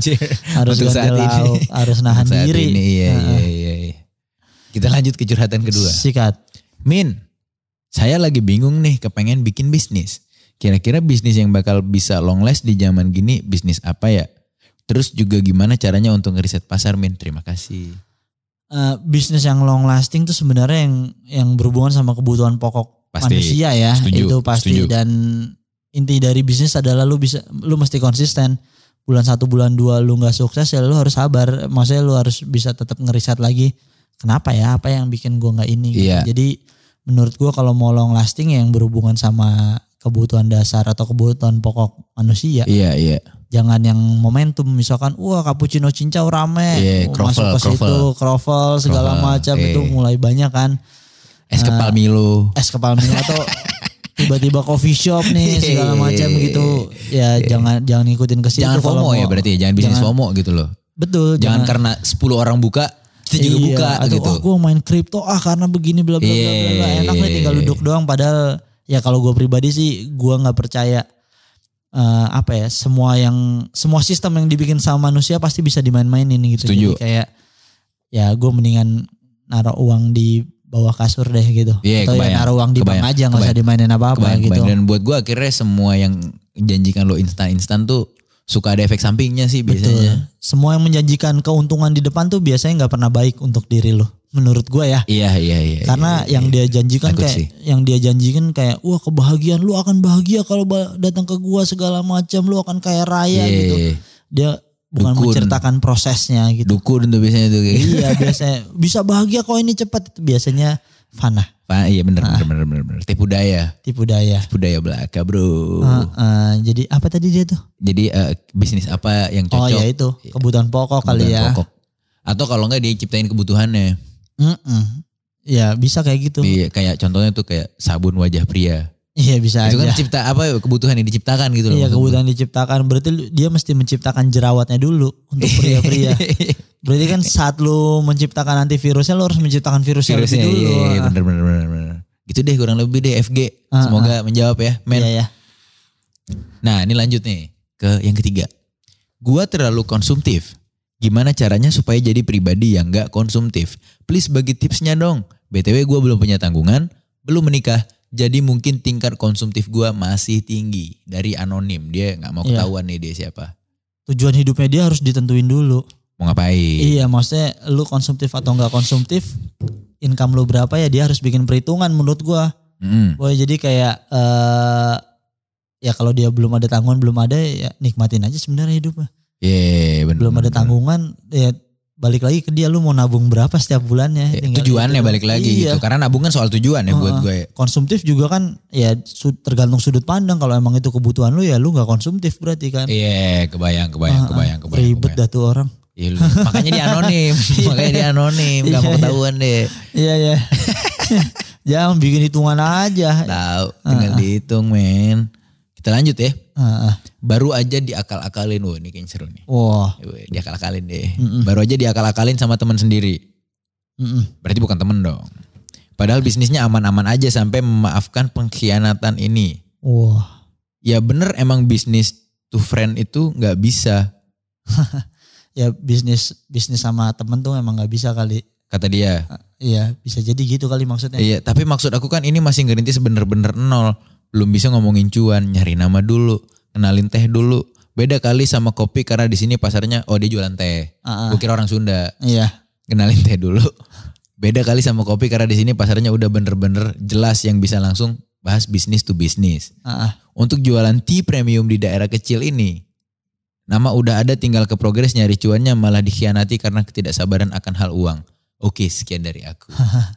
Harus Untuk ganti saat ini. lauk, harus nahan Untuk saat diri. ini, iya, Heeh. iya, iya, iya. Kita lanjut ke curhatan kedua. Sikat. Min, saya lagi bingung nih kepengen bikin bisnis. Kira-kira bisnis yang bakal bisa long last di zaman gini bisnis apa ya? Terus juga gimana caranya untuk ngeriset pasar, Min? Terima kasih. Eh, bisnis yang long lasting tuh sebenarnya yang yang berhubungan sama kebutuhan pokok Pasti. manusia ya. Setuju, Itu pasti setuju. dan inti dari bisnis adalah lu bisa lu mesti konsisten. Bulan satu bulan dua lu nggak sukses ya lu harus sabar. Maksudnya lu harus bisa tetap ngeriset lagi. Kenapa ya? Apa yang bikin gua nggak ini? gitu. Iya. Jadi menurut gua kalau mau long lasting yang berhubungan sama kebutuhan dasar atau kebutuhan pokok manusia. Iya, iya. Jangan yang momentum misalkan wah cappuccino cincau rame Iya, oh, kroffel, masuk ke situ kroffel. kroffel segala Kroffel, macam iya. itu mulai banyak kan Es Nah, kepal Milo. es kepal mie atau tiba-tiba coffee shop nih segala macam gitu ya jangan jangan ngikutin ke situ Jangan kalau FOMO ya mau- berarti ya. Jangan bisnis jangan- FOMO gitu loh. betul Jangan karena sepuluh orang buka, kita juga iya, buka atau, gitu. oh gue main kripto ah karena begini bla bla bla bla bla. Iya. Enak nih tinggal duduk doang padahal ya kalau gue pribadi sih gue nggak percaya eh, apa ya semua yang semua sistem yang dibikin sama manusia pasti bisa dimain-mainin gitu. Setuju. Jadi kayak ya gue mendingan naruh uang di bawah kasur deh gitu. Iya, Atau ya kebayang, naruh uang di bank kebayang, aja nggak usah kebayang. dimainin apa-apa Kebayang, gitu. kebayang. Dan buat gue akhirnya semua yang janjikan lo instan-instan tuh suka ada efek sampingnya sih Betul. biasanya. Semua yang menjanjikan keuntungan di depan tuh biasanya nggak pernah baik untuk diri lo. Menurut gue ya. Iya, iya, iya. Karena iya, yang iya. dia janjikan Takut kayak sih. yang dia janjikan kayak wah kebahagiaan lu akan bahagia kalau ba- datang ke gua segala macam lu akan kaya raya Iya, gitu. Dia bukan Dukun. menceritakan prosesnya gitu. Dukun tuh biasanya tuh kayak. Iya biasanya bisa bahagia kok ini cepat itu biasanya fana Pak, iya bener, Ah. bener, bener, bener. Tipu daya. tipu daya. Tipu daya belaka bro. Uh, uh, jadi apa tadi dia tuh? Jadi eh, bisnis apa yang Oh cocok. ya itu kebutuhan pokok kebutuhan kali ya. pokok. Atau kalau enggak dia ciptain kebutuhannya. Mm-mm. Ya bisa kayak gitu. Iya, kayak contohnya tuh kayak sabun wajah pria. Iya bisa Itu kan aja. cipta apa kebutuhan yang diciptakan gitu loh. Iya maksud kebutuhan diciptakan berarti lu- dia mesti menciptakan jerawatnya dulu untuk pria-pria. Berarti kan saat lu menciptakan antivirusnya lu harus menciptakan virusnya, Virusnya lebih dulu. iya, iya bener, bener bener bener. Gitu deh kurang lebih deh F G. Ah, Semoga menjawab ya men. Iya, iya. Nah ini lanjut nih ke yang ketiga. Gua terlalu konsumtif. Gimana caranya supaya jadi pribadi yang gak konsumtif? Please bagi tipsnya dong. B T W gue belum punya tanggungan, belum menikah. Jadi mungkin tingkat konsumtif gue masih tinggi. Dari anonim, dia gak mau ketahuan yeah. nih dia siapa. Tujuan hidupnya dia harus ditentuin dulu. Mau ngapain? Iya maksudnya lu konsumtif atau gak konsumtif, income lu berapa ya dia harus bikin perhitungan menurut gue. Mm. Boy, jadi kayak uh, ya kalau dia belum ada tanggungan, belum ada ya nikmatin aja sebenarnya hidupnya. Iya yeah, bener. Belum ada tanggungan ya balik lagi ke dia lu mau nabung berapa setiap bulannya. Ya, tujuannya gitu. Balik lagi iya. gitu. Karena nabung kan soal tujuan ya uh, buat gue. Konsumtif juga kan ya tergantung sudut pandang. Kalau emang itu kebutuhan lu ya lu gak konsumtif berarti kan. Iya yeah, kebayang kebayang uh, kebayang kebayang. Ribet dah tuh orang. Iya, makanya dia anonim. makanya dia anonim. Gak mau ketahuan deh. Iya iya. Jangan bikin hitungan aja. Tahu tinggal uh, dihitung men. Kita lanjut ya. Uh, uh. Baru aja diakal-akalin. Wah ini kayaknya seru nih. Wah. Diakal-akalin deh. Mm-mm. Baru aja diakal-akalin sama teman sendiri. Mm-mm. Berarti bukan temen dong. Padahal bisnisnya aman-aman aja sampai memaafkan pengkhianatan ini. Wah. Ya bener emang bisnis to friend itu gak bisa. Ya bisnis bisnis sama temen tuh emang gak bisa kali. Kata dia. Uh, iya bisa jadi gitu kali maksudnya. Iya tapi maksud aku kan ini masih ngerintis bener-bener nol. Belum bisa ngomongin cuan, nyari nama dulu, kenalin teh dulu. Beda kali sama kopi karena di sini pasarnya oh dia jualan teh. Uh-uh. Gue kira orang Sunda. Iya. Kenalin teh dulu. Beda kali sama kopi karena di sini pasarnya udah bener-bener jelas yang bisa langsung bahas bisnis to bisnis. Uh-uh. Untuk jualan tea premium di daerah kecil ini, nama udah ada tinggal ke progres nyari cuannya malah dikhianati karena ketidaksabaran akan hal uang. Oke sekian dari aku.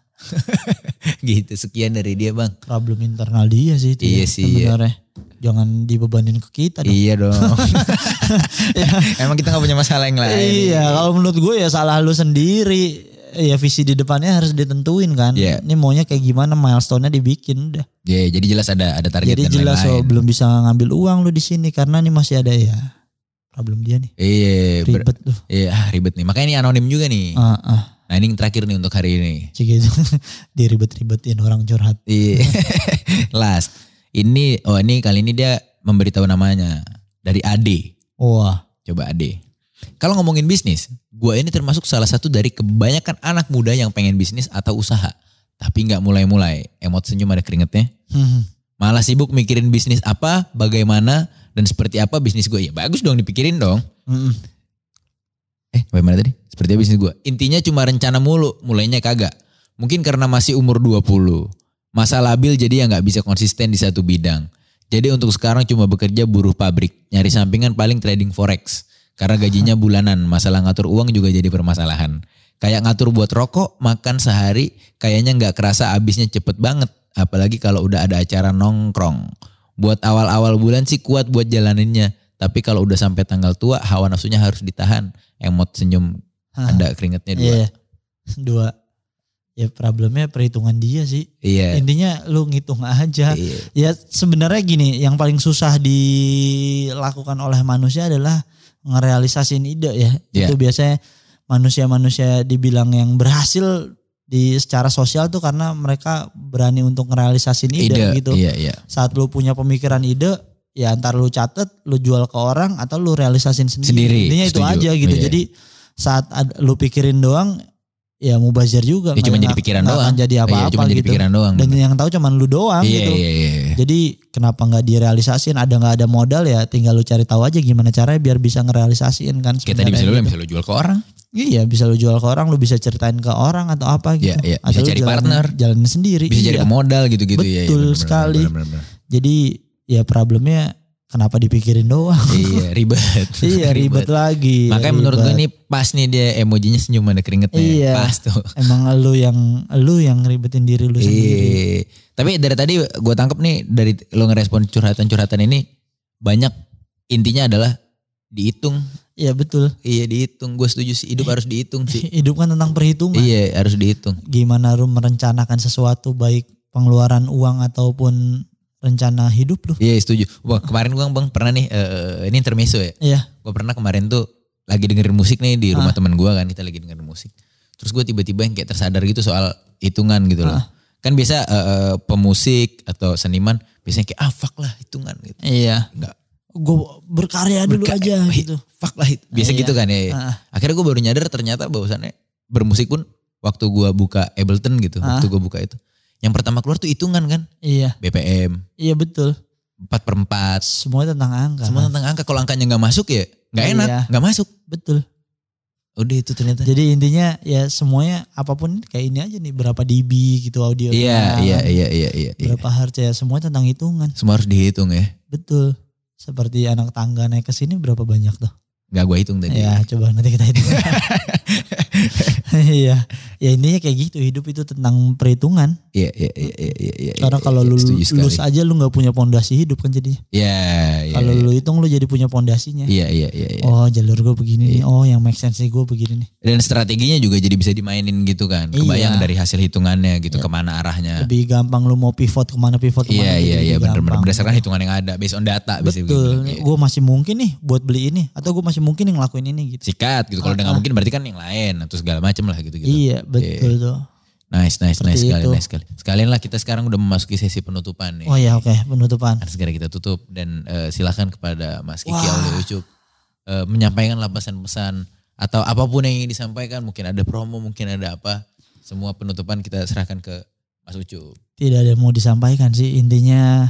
Gitu sekian dari dia bang. Problem internal dia sih itu iya ya, sih sebenarnya iya. Jangan dibebanin ke kita dong. Iya dong. Ya. Emang kita gak punya masalah yang lain. Iya kalau menurut gue ya salah lu sendiri. Ya visi di depannya harus ditentuin kan. Yeah. Ini maunya kayak gimana, milestone-nya dibikin udah. Iya yeah, jadi jelas ada ada target jadi dan jelas lain-lain. So, belum bisa ngambil uang lu di sini karena ini masih ada ya problem dia nih. Iya ribet tuh. Iya ribet nih makanya ini anonim juga nih. Uh, uh. Nah ini yang terakhir nih untuk hari ini. Cik gitu. Diribet-ribetin orang curhat. Iya. Last. Ini, oh ini kali ini dia memberitahu namanya. Dari Ade. Wah. Coba Ade. Kalau ngomongin bisnis, gue ini termasuk salah satu dari kebanyakan anak muda yang pengen bisnis atau usaha. Tapi gak mulai-mulai. Emot senyum ada keringetnya. Hmm. Malah sibuk mikirin bisnis apa, bagaimana, dan seperti apa bisnis gue. Ya bagus dong dipikirin dong. Hmm. Eh bagaimana tadi? Seperti bisnis gue. Intinya cuma rencana mulu, mulainya kagak. Mungkin karena masih umur dua puluh. Masa labil jadi ya gak bisa konsisten di satu bidang. Jadi untuk sekarang cuma bekerja buruh pabrik. Nyari sampingan paling trading forex. Karena gajinya bulanan, masalah ngatur uang juga jadi permasalahan. Kayak ngatur buat rokok, makan sehari, kayaknya gak kerasa habisnya cepet banget. Apalagi kalau udah ada acara nongkrong. Buat awal-awal bulan sih kuat buat jalaninnya. Tapi kalau udah sampai tanggal tua, hawa nafsunya harus ditahan. Emot senyum. Hah, ada keringetnya dua. Iya, dua. Ya problemnya perhitungan dia sih. Iya. Intinya lu ngitung aja. Iya. Ya sebenarnya gini, yang paling susah dilakukan oleh manusia adalah ngerealisasiin ide ya. Iya. Itu biasanya manusia-manusia dibilang yang berhasil di secara sosial tuh karena mereka berani untuk ngerealisasiin ide, ide gitu. Iya, iya. Saat lu punya pemikiran ide, ya antar lu catet, lu jual ke orang atau lu realisasin sendiri. sendiri Intinya itu setuju. aja gitu. Iya. Jadi saat ad, lu pikirin doang, ya mubazir juga. Ya, cuma jadi pikiran doang. Akan jadi apa-apa iya, cuma gitu. Jadi pikiran doang. Dan yang tahu cuma lu doang iya, gitu. Iya, iya. Jadi kenapa nggak direalisasin? Ada nggak ada modal ya? Tinggal lu cari tahu aja gimana caranya biar bisa ngerealisasiin kan. Kita bisa lu, gitu. Bisa lu jual ke orang. Iya bisa lu jual ke orang, lu bisa ceritain ke orang atau apa gitu. Iya, iya. Bisa atau cari jalanin, partner. Jalanin sendiri. Bisa iya. cari pemodal gitu-gitu. Betul ya, iya, bener, sekali. Bener, bener, bener. Jadi ya problemnya kenapa dipikirin doang? Iya ribet. Iya ribet, ribet lagi. Makanya ribet. Menurut gue ini pas nih dia emojinya senyum ada keringetnya. Iya. Pas tuh. Emang lu yang lu yang ribetin diri lu sendiri. Iya. Tapi dari tadi gue tangkep nih dari lu ngerespon curhatan-curhatan ini banyak intinya adalah dihitung. Iya betul. Iya dihitung. Gue setuju sih hidup harus dihitung sih. Hidup kan tentang perhitungan. Iya harus dihitung. Gimana lu merencanakan sesuatu baik pengeluaran uang ataupun rencana hidup lu. Iya setuju. Wah kemarin gue bang pernah nih uh, ini intermezzo ya. Iya. Gue pernah kemarin tuh lagi dengerin musik nih di rumah Ah. teman gue kan, kita lagi dengerin musik. Terus gue tiba-tiba yang kayak tersadar gitu soal hitungan gitu loh. Ah. Kan biasa uh, pemusik atau seniman biasanya kayak ah fuck lah hitungan gitu. Iya. Enggak. Gue berkarya dulu Berka- aja eh, gitu. Fuck lah itu. Biasa Iya. gitu kan ya. Ah. Akhirnya gue baru nyadar ternyata bahwasannya bermusik pun waktu gue buka Ableton gitu. Ah. Waktu gue buka itu. Yang pertama keluar tuh hitungan kan. Iya. B P M. Iya betul. empat per empat. Semua tentang angka. Semua kan? tentang angka. Kalau angkanya gak masuk ya gak enak. Iya. Gak masuk. Betul. Udah itu ternyata. Jadi intinya ya semuanya apapun kayak ini aja nih. Berapa dB gitu audionya. Iya, iya, iya, iya, iya. Berapa hertz ya. Semuanya tentang hitungan. Semua harus dihitung ya. Betul. Seperti anak tangga naik ke sini berapa banyak tuh? Gak gue hitung tadi. Ya coba nanti kita hitung. Iya. Ya intinya kayak gitu. Hidup itu tentang perhitungan. Iya, iya, iya, iya, iya, iya. Karena iya, kalau iya, lu setuju sekali. lulus aja lu gak punya pondasi hidup kan jadinya. Iya, iya. Kalau iya. lu hitung lu jadi punya pondasinya. Iya, iya, iya, iya. Oh jalur gue begini nih. Oh yang make sense gue begini nih. Dan strateginya juga jadi bisa dimainin gitu kan. Kebayang Iya. dari hasil hitungannya gitu Iya. kemana arahnya. Lebih gampang lu mau pivot kemana pivot kemana. Iya, jadi iya, iya, lebih benar-benar gampang. berdasarkan hitungan yang ada, based on data. bisa Betul. begitu. Iya. Gue masih mungkin nih buat beli ini. Atau gue masih mungkin nih ngelakuin ini gitu. Sikat gitu. Kalau udah nggak Ah, ah. mungkin berarti kan yang lain atau segala macam lah gitu gitu. Iya betul tuh. Nice, nice, nice Seperti sekali, itu. nice sekali. Sekalian lah kita sekarang udah memasuki sesi penutupan nih. Oh ya oke penutupan. Harus segera kita tutup dan eh, silakan kepada Mas Kiki Wah. Aulia Ucup eh, menyampaikan lah pesan-pesan atau apapun yang ingin disampaikan. Mungkin ada promo, mungkin ada apa. Semua penutupan kita serahkan ke Mas Ucup. Tidak ada yang mau disampaikan sih intinya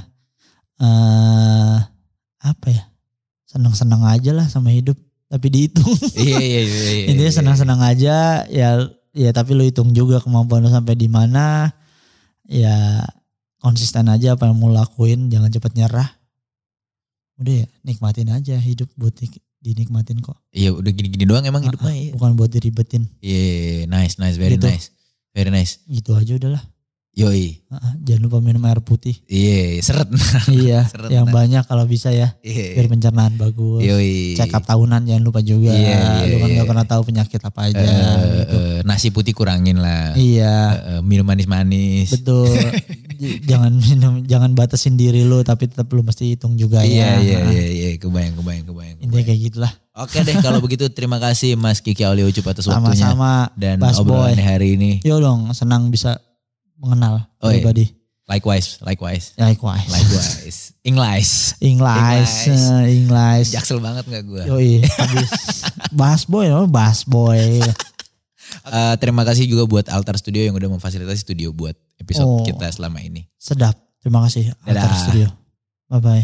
eh apa ya senang-senang aja lah sama hidup tapi dihitung. Iya, iya, iya, iya. Intinya iya. senang-senang aja ya ya tapi lu hitung juga kemampuan lu sampai di mana ya konsisten aja apa yang mau lakuin jangan cepat nyerah. Udah ya nikmatin aja hidup buat di- dinikmatin kok. Iya, udah gini-gini doang emang hidup Ah, mah. Iya, bukan buat diribetin Iya, nice, nice, very Gitu. nice. Very nice. gitu aja udahlah. Yoi. Ah, jangan lupa minum air putih. Iya, seret. Iya Seret, yang nah. banyak kalau bisa ya biar Iya. pencernaan bagus. Yoi. Check up tahunan jangan lupa juga. Iya, iya, Lu kan iya. gak pernah tahu penyakit apa aja. Eh, gitu. eh, nasi putih kurangin lah. Iya, Eh, eh, minum manis-manis. betul. J- jangan minum, jangan batasin diri lu, tapi tetap lu mesti hitung juga Iya, ya. iya, Nah, iya, iya, kebayang, kebayang, kebayang. Intinya kebayang. kayak gitulah. Oke deh, kalau begitu terima kasih Mas Kiki Aulia Ucup atas waktunya Sama-sama. dan Bas Boy. obrolannya hari ini. Yo dong, senang bisa mengenal Oh, iya. pribadi. Likewise, likewise, Likewise. likewise. English. English, English. eh, English. Jaksel banget gak gue? Yoi, habis Bas Boy, oh, Bas Boy. Eh, terima kasih juga buat Altar Studio yang udah memfasilitasi studio buat episode Oh. kita selama ini. Sedap. Terima kasih. Altar Dadah. Studio. Bye bye.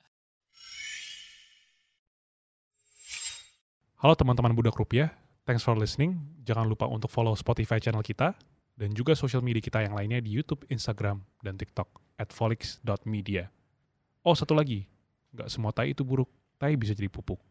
Halo teman-teman Budak Rupiah, thanks for listening. Jangan lupa untuk follow Spotify channel kita dan juga sosial media kita yang lainnya di YouTube, Instagram, dan TikTok at volix dot media. Oh satu lagi, nggak semua tai itu buruk, tai bisa jadi pupuk.